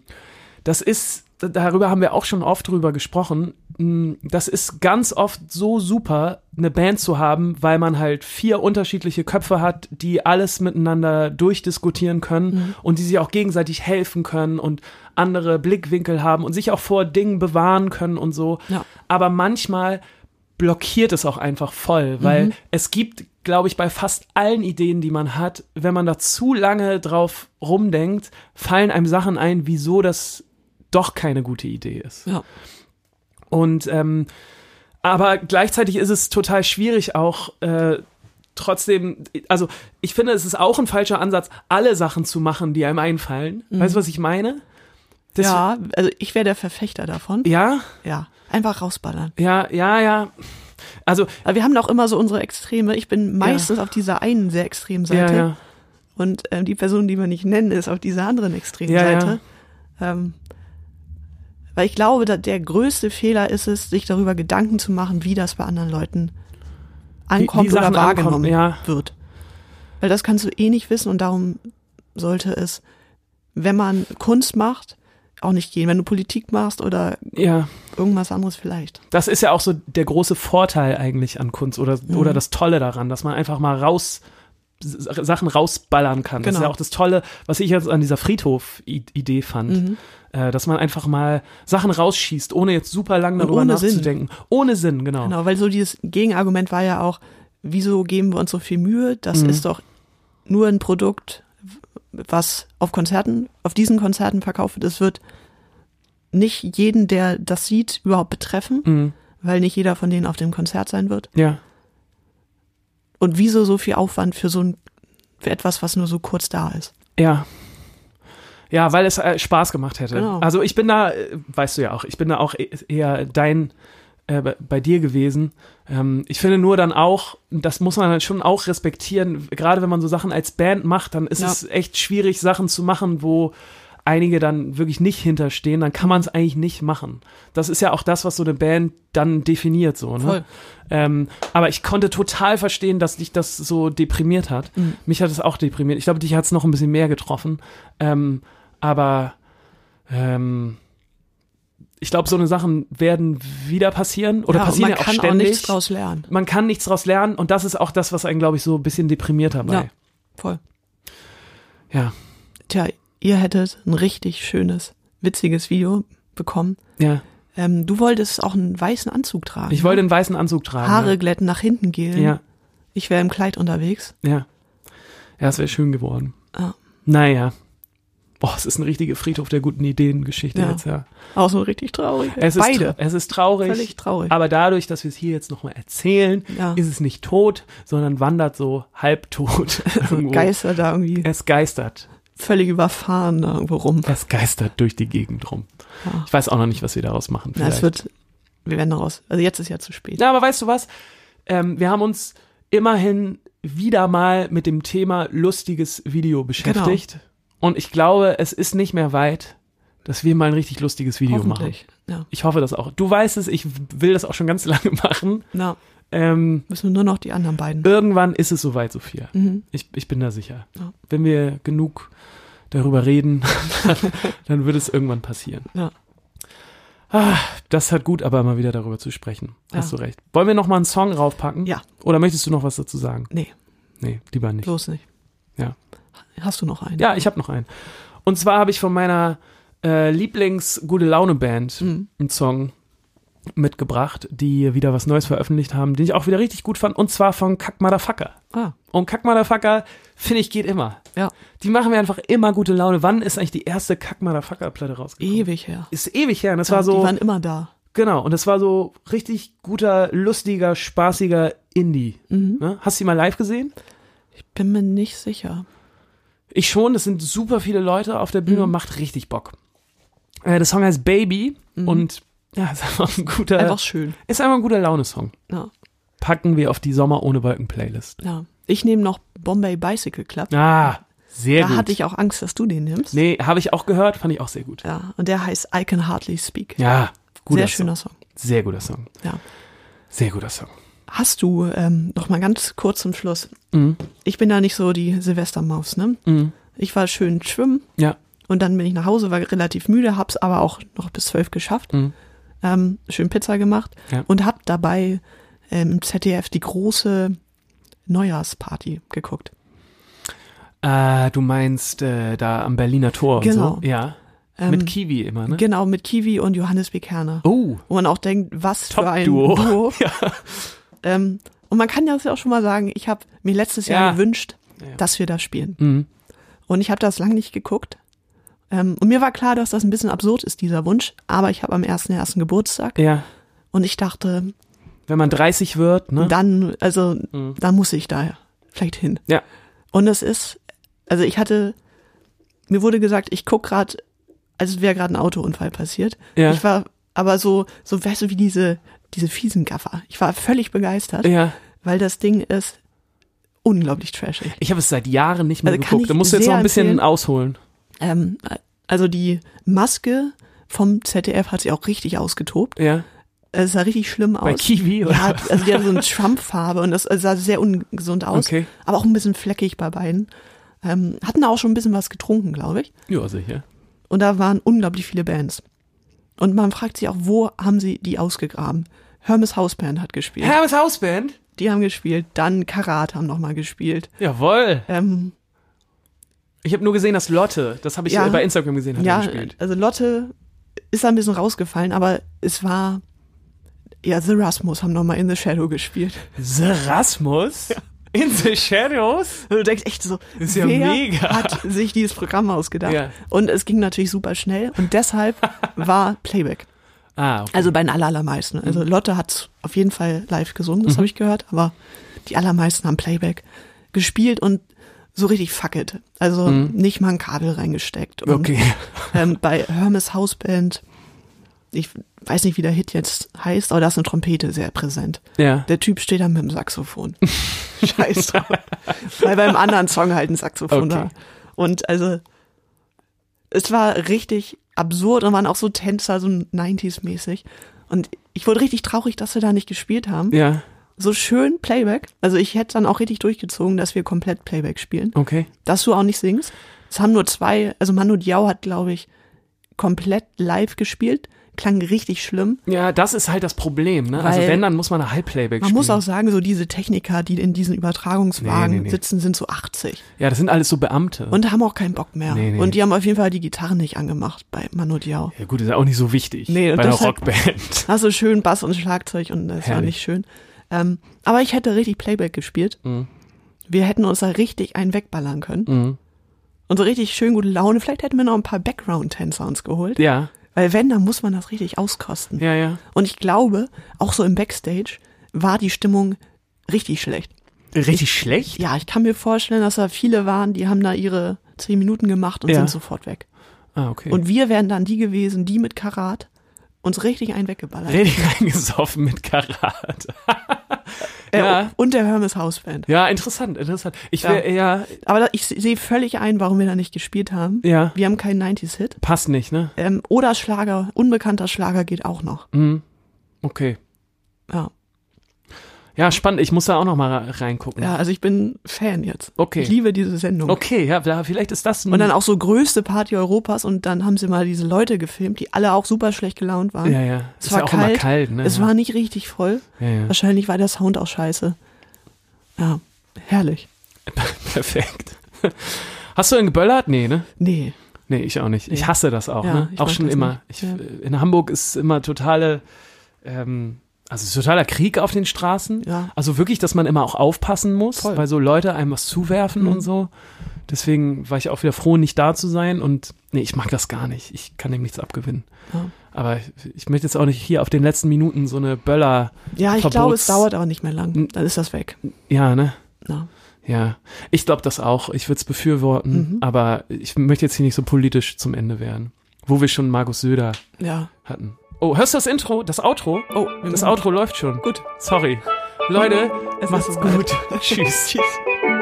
darüber haben wir auch schon oft drüber gesprochen, das ist ganz oft so super, eine Band zu haben, weil man halt 4 unterschiedliche Köpfe hat, die alles miteinander durchdiskutieren können und die sich auch gegenseitig helfen können und andere Blickwinkel haben und sich auch vor Dingen bewahren können und so. Ja. Aber manchmal blockiert es auch einfach voll, weil es gibt, glaube ich, bei fast allen Ideen, die man hat, wenn man da zu lange drauf rumdenkt, fallen einem Sachen ein, wieso das doch keine gute Idee ist. Ja. Und aber gleichzeitig ist es total schwierig auch trotzdem, also ich finde, es ist auch ein falscher Ansatz, alle Sachen zu machen, die einem einfallen. Weißt du, was ich meine? Ja, also ich wäre der Verfechter davon. Ja? Ja, einfach rausballern. Ja. Also, aber wir haben auch immer so unsere Extreme. Ich bin meistens auf dieser einen sehr extremen Seite. Ja. Und die Person, die wir nicht nennen, ist auf dieser anderen extremen Seite. Weil ich glaube, der größte Fehler ist es, sich darüber Gedanken zu machen, wie das bei anderen Leuten ankommt oder wahrgenommen wird. Weil das kannst du eh nicht wissen und darum sollte es, wenn man Kunst macht, auch nicht gehen. Wenn du Politik machst oder irgendwas anderes vielleicht. Das ist ja auch so der große Vorteil eigentlich an Kunst oder das Tolle daran, dass man einfach mal Sachen rausballern kann. Genau. Das ist ja auch das Tolle, was ich jetzt an dieser Friedhof-Idee fand. Dass man einfach mal Sachen rausschießt, ohne jetzt super lang darüber nachzudenken. Ohne Sinn, genau. Genau, weil so dieses Gegenargument war ja auch, wieso geben wir uns so viel Mühe? Das ist doch nur ein Produkt, was auf diesen Konzerten verkauft wird. Es wird nicht jeden, der das sieht, überhaupt betreffen, weil nicht jeder von denen auf dem Konzert sein wird. Ja. Und wieso so viel Aufwand für für etwas, was nur so kurz da ist? Ja. Ja, weil es Spaß gemacht hätte. Genau. Also ich bin da, weißt du ja auch, ich bin da auch eher bei dir gewesen. Ich finde nur dann auch, das muss man halt schon auch respektieren, gerade wenn man so Sachen als Band macht, dann ist es echt schwierig, Sachen zu machen, wo einige dann wirklich nicht hinterstehen, dann kann man es eigentlich nicht machen. Das ist ja auch das, was so eine Band dann definiert. So, ne? Voll. Aber ich konnte total verstehen, dass dich das so deprimiert hat. Mich hat es auch deprimiert. Ich glaube, dich hat es noch ein bisschen mehr getroffen. Aber ich glaube, so eine Sachen werden wieder passieren oder passieren ja auch ständig. Man kann auch nichts draus lernen. Man kann nichts draus lernen und das ist auch das, was einen, glaube ich, so ein bisschen deprimiert dabei. Ja, voll. Ja. Tja, ihr hättet ein richtig schönes, witziges Video bekommen. Ja. Du wolltest auch einen weißen Anzug tragen. Ich wollte einen weißen Anzug tragen. Haare glätten, nach hinten gehen. Ja. Ich wäre im Kleid unterwegs. Ja. Ja, es wäre schön geworden. Ah. Naja. Boah, es ist eine richtige Friedhof der guten Ideen-Geschichte jetzt, ja. Auch so richtig traurig. Es ist traurig. Völlig traurig. Aber dadurch, dass wir es hier jetzt nochmal erzählen, ist es nicht tot, sondern wandert so halbtot. Geistert da irgendwie. Es geistert. Völlig überfahren da irgendwo rum. Es geistert durch die Gegend rum. Ja. Ich weiß auch noch nicht, was wir daraus machen. Ja, wir werden daraus. Also jetzt ist ja zu spät. Ja, aber weißt du was? Wir haben uns immerhin wieder mal mit dem Thema lustiges Video beschäftigt. Genau. Und ich glaube, es ist nicht mehr weit, dass wir mal ein richtig lustiges Video machen. Ja. Ich hoffe das auch. Du weißt es, ich will das auch schon ganz lange machen. Ja. Müssen wir nur noch die anderen beiden. Irgendwann ist es soweit, Sophia. Ich bin da sicher. Ja. Wenn wir genug darüber reden, dann wird es irgendwann passieren. Ja. Das hat gut, aber mal wieder darüber zu sprechen. Hast du recht. Wollen wir noch mal einen Song raufpacken? Ja. Oder möchtest du noch was dazu sagen? Nee. Nee, lieber nicht. Bloß nicht. Ja. Hast du noch einen? Ja, ich habe noch einen. Und zwar habe ich von meiner Lieblings-Gute-Laune-Band einen Song mitgebracht, die wieder was Neues veröffentlicht haben, den ich auch wieder richtig gut fand, und zwar von Kack Motherfucker. Und Kack Motherfucker, finde ich, geht immer. Ja. Die machen mir einfach immer gute Laune. Wann ist eigentlich die erste Kack Motherfucker-Platte rausgekommen? Ewig her. Ist ewig her. Und das war so. Die waren immer da. Genau. Und das war so richtig guter, lustiger, spaßiger Indie. Ne? Hast du die mal live gesehen? Ich bin mir nicht sicher. Ich schon. Das sind super viele Leute auf der Bühne und macht richtig Bock. Der Song heißt Baby und ja, ist einfach ein guter. Einfach schön. Ist einfach ein guter Laune-Song. Ja. Packen wir auf die Sommer ohne Wolken-Playlist. Ja. Ich nehme noch Bombay Bicycle Club. Sehr gut. Da hatte ich auch Angst, dass du den nimmst. Nee, habe ich auch gehört, fand ich auch sehr gut. Ja, und der heißt I Can Hardly Speak. Ja, guter Sehr schöner Song. Sehr guter Song. Ja. Sehr guter Song. Hast du, noch mal ganz kurz zum Schluss. Ich bin da nicht so die Silvestermaus, ne? Ich war schön schwimmen. Ja. Und dann bin ich nach Hause, war relativ müde, hab's aber auch noch bis 12 geschafft. Schön Pizza gemacht und hab dabei im ZDF die große Neujahrsparty geguckt. Du meinst da am Berliner Tor genau. Und so? Ja. Mit Kiwi immer, ne? Genau, mit Kiwi und Johannes B. Kerner. Oh. Wo man auch denkt, was Top für ein Duo. Duo. Ja. Und man kann das ja auch schon mal sagen, ich habe mir letztes Jahr gewünscht, dass wir das spielen. Und ich habe das lange nicht geguckt. Und mir war klar, dass das ein bisschen absurd ist, dieser Wunsch. Aber ich habe am 1.1. Geburtstag. Ja. Und ich dachte, wenn man 30 wird, ne? Dann muss ich da vielleicht hin. Ja. Und es ist, also mir wurde gesagt, ich guck gerade, als wäre gerade ein Autounfall passiert. Ja. Ich war aber so, weißt du, wie diese fiesen Gaffer. Ich war völlig begeistert, weil das Ding ist unglaublich trashig. Ich habe es seit Jahren nicht mehr geguckt. Da musst du jetzt noch ein bisschen ausholen. Also die Maske vom ZDF hat sich auch richtig ausgetobt. Ja. Es sah richtig schlimm aus. Bei Kiwi, oder? Ja, also die haben so eine Trump-Farbe und das sah sehr ungesund aus. Okay. Aber auch ein bisschen fleckig bei beiden. Hatten auch schon ein bisschen was getrunken, glaube ich. Ja, sicher. Und da waren unglaublich viele Bands. Und man fragt sich auch, wo haben sie die ausgegraben? Hermes Houseband hat gespielt. Hermes Houseband? Die haben gespielt. Dann Karat haben nochmal gespielt. Jawohl. Ich habe nur gesehen, dass Lotte, das habe ich bei Instagram gesehen, hat gespielt. Also Lotte ist ein bisschen rausgefallen, aber es war, The Rasmus haben nochmal In the Shadow gespielt. The Rasmus? Ja. In the Shadows? Du denkst echt so, ist ja wer mega. hat sich dieses Programm ausgedacht? Ja. Und es ging natürlich super schnell und deshalb war Playback. Ah, okay. Also bei den allermeisten. Also Lotte hat auf jeden Fall live gesungen, das habe ich gehört, aber die allermeisten haben Playback gespielt und so richtig fuck it. Also nicht mal ein Kabel reingesteckt. Und, okay. Bei Hermes Houseband, ich weiß nicht, wie der Hit jetzt heißt, aber da ist eine Trompete sehr präsent. Ja. Der Typ steht da mit dem Saxophon. Scheiß drauf. Weil beim anderen Song halt ein Saxophon war. Und also, es war richtig absurd und waren auch so Tänzer, so 90s-mäßig. Und ich wurde richtig traurig, dass wir da nicht gespielt haben. Ja. So schön Playback. Also ich hätte dann auch richtig durchgezogen, dass wir komplett Playback spielen. Okay. Dass du auch nicht singst. Es haben nur 2, also Manu Diao hat, glaube ich, komplett live gespielt. Klang richtig schlimm. Ja, das ist halt das Problem, ne? Also wenn, dann muss man eine Halbplayback spielen. Man muss auch sagen, so diese Techniker, die in diesen Übertragungswagen sitzen, sind so 80. Ja, das sind alles so Beamte. Und haben auch keinen Bock mehr. Nee. Und die haben auf jeden Fall die Gitarren nicht angemacht bei Manu Diao. Ja gut, ist auch nicht so wichtig Nee, bei einer Rockband. Hast du schön Bass und Schlagzeug und das war nicht schön. Aber ich hätte richtig Playback gespielt. Wir hätten uns da richtig einen wegballern können. Und so richtig schön gute Laune. Vielleicht hätten wir noch ein paar Background-Tänzer uns geholt. Ja. Weil wenn, dann muss man das richtig auskosten. Ja. Und ich glaube, auch so im Backstage war die Stimmung richtig schlecht. Richtig schlecht? Ja, ich kann mir vorstellen, dass da viele waren, die haben da ihre 10 Minuten gemacht und sind sofort weg. Ah, okay. Und wir wären dann die gewesen, die mit Karat uns richtig einen weggeballert. Richtig reingesoffen mit Karat. Ja. Und der Hermes Houseband. Ja, interessant. Aber ich sehe völlig ein, warum wir da nicht gespielt haben. Ja. Wir haben keinen 90s-Hit. Passt nicht, ne? Oder Schlager, unbekannter Schlager geht auch noch. Okay. Ja. Ja, spannend. Ich muss da auch noch mal reingucken. Ja, also ich bin Fan jetzt. Okay. Ich liebe diese Sendung. Okay, ja, vielleicht ist das Und dann auch so größte Party Europas und dann haben sie mal diese Leute gefilmt, die alle auch super schlecht gelaunt waren. Ja. Es war ja auch kalt, immer kalt, ne? Es war nicht richtig voll. Ja. Wahrscheinlich war der Sound auch scheiße. Ja, herrlich. Perfekt. Hast du denn geböllert? Nee, ne? Nee, ich auch nicht. Ich hasse das auch, Ja, ne? ich Auch mag schon das immer. nicht. Ja. In Hamburg ist immer totaler Krieg auf den Straßen. Ja. Also wirklich, dass man immer auch aufpassen muss, Voll. weil so Leute einem was zuwerfen und so. Deswegen war ich auch wieder froh, nicht da zu sein. Und nee, ich mag das gar nicht. Ich kann dem nichts abgewinnen. Ja. Aber ich möchte jetzt auch nicht hier auf den letzten Minuten so eine Böller. Ja, ich glaube, es dauert auch nicht mehr lang. Dann ist das weg. Ja, ne? Ja. Ja. Ich glaube das auch. Ich würde es befürworten. Aber ich möchte jetzt hier nicht so politisch zum Ende werden. Wo wir schon Markus Söder hatten. Oh, hörst du das Intro? Das Outro? Oh, das Outro läuft schon. Gut. Sorry. Leute, Es ist macht's soweit. gut. Tschüss. Tschüss.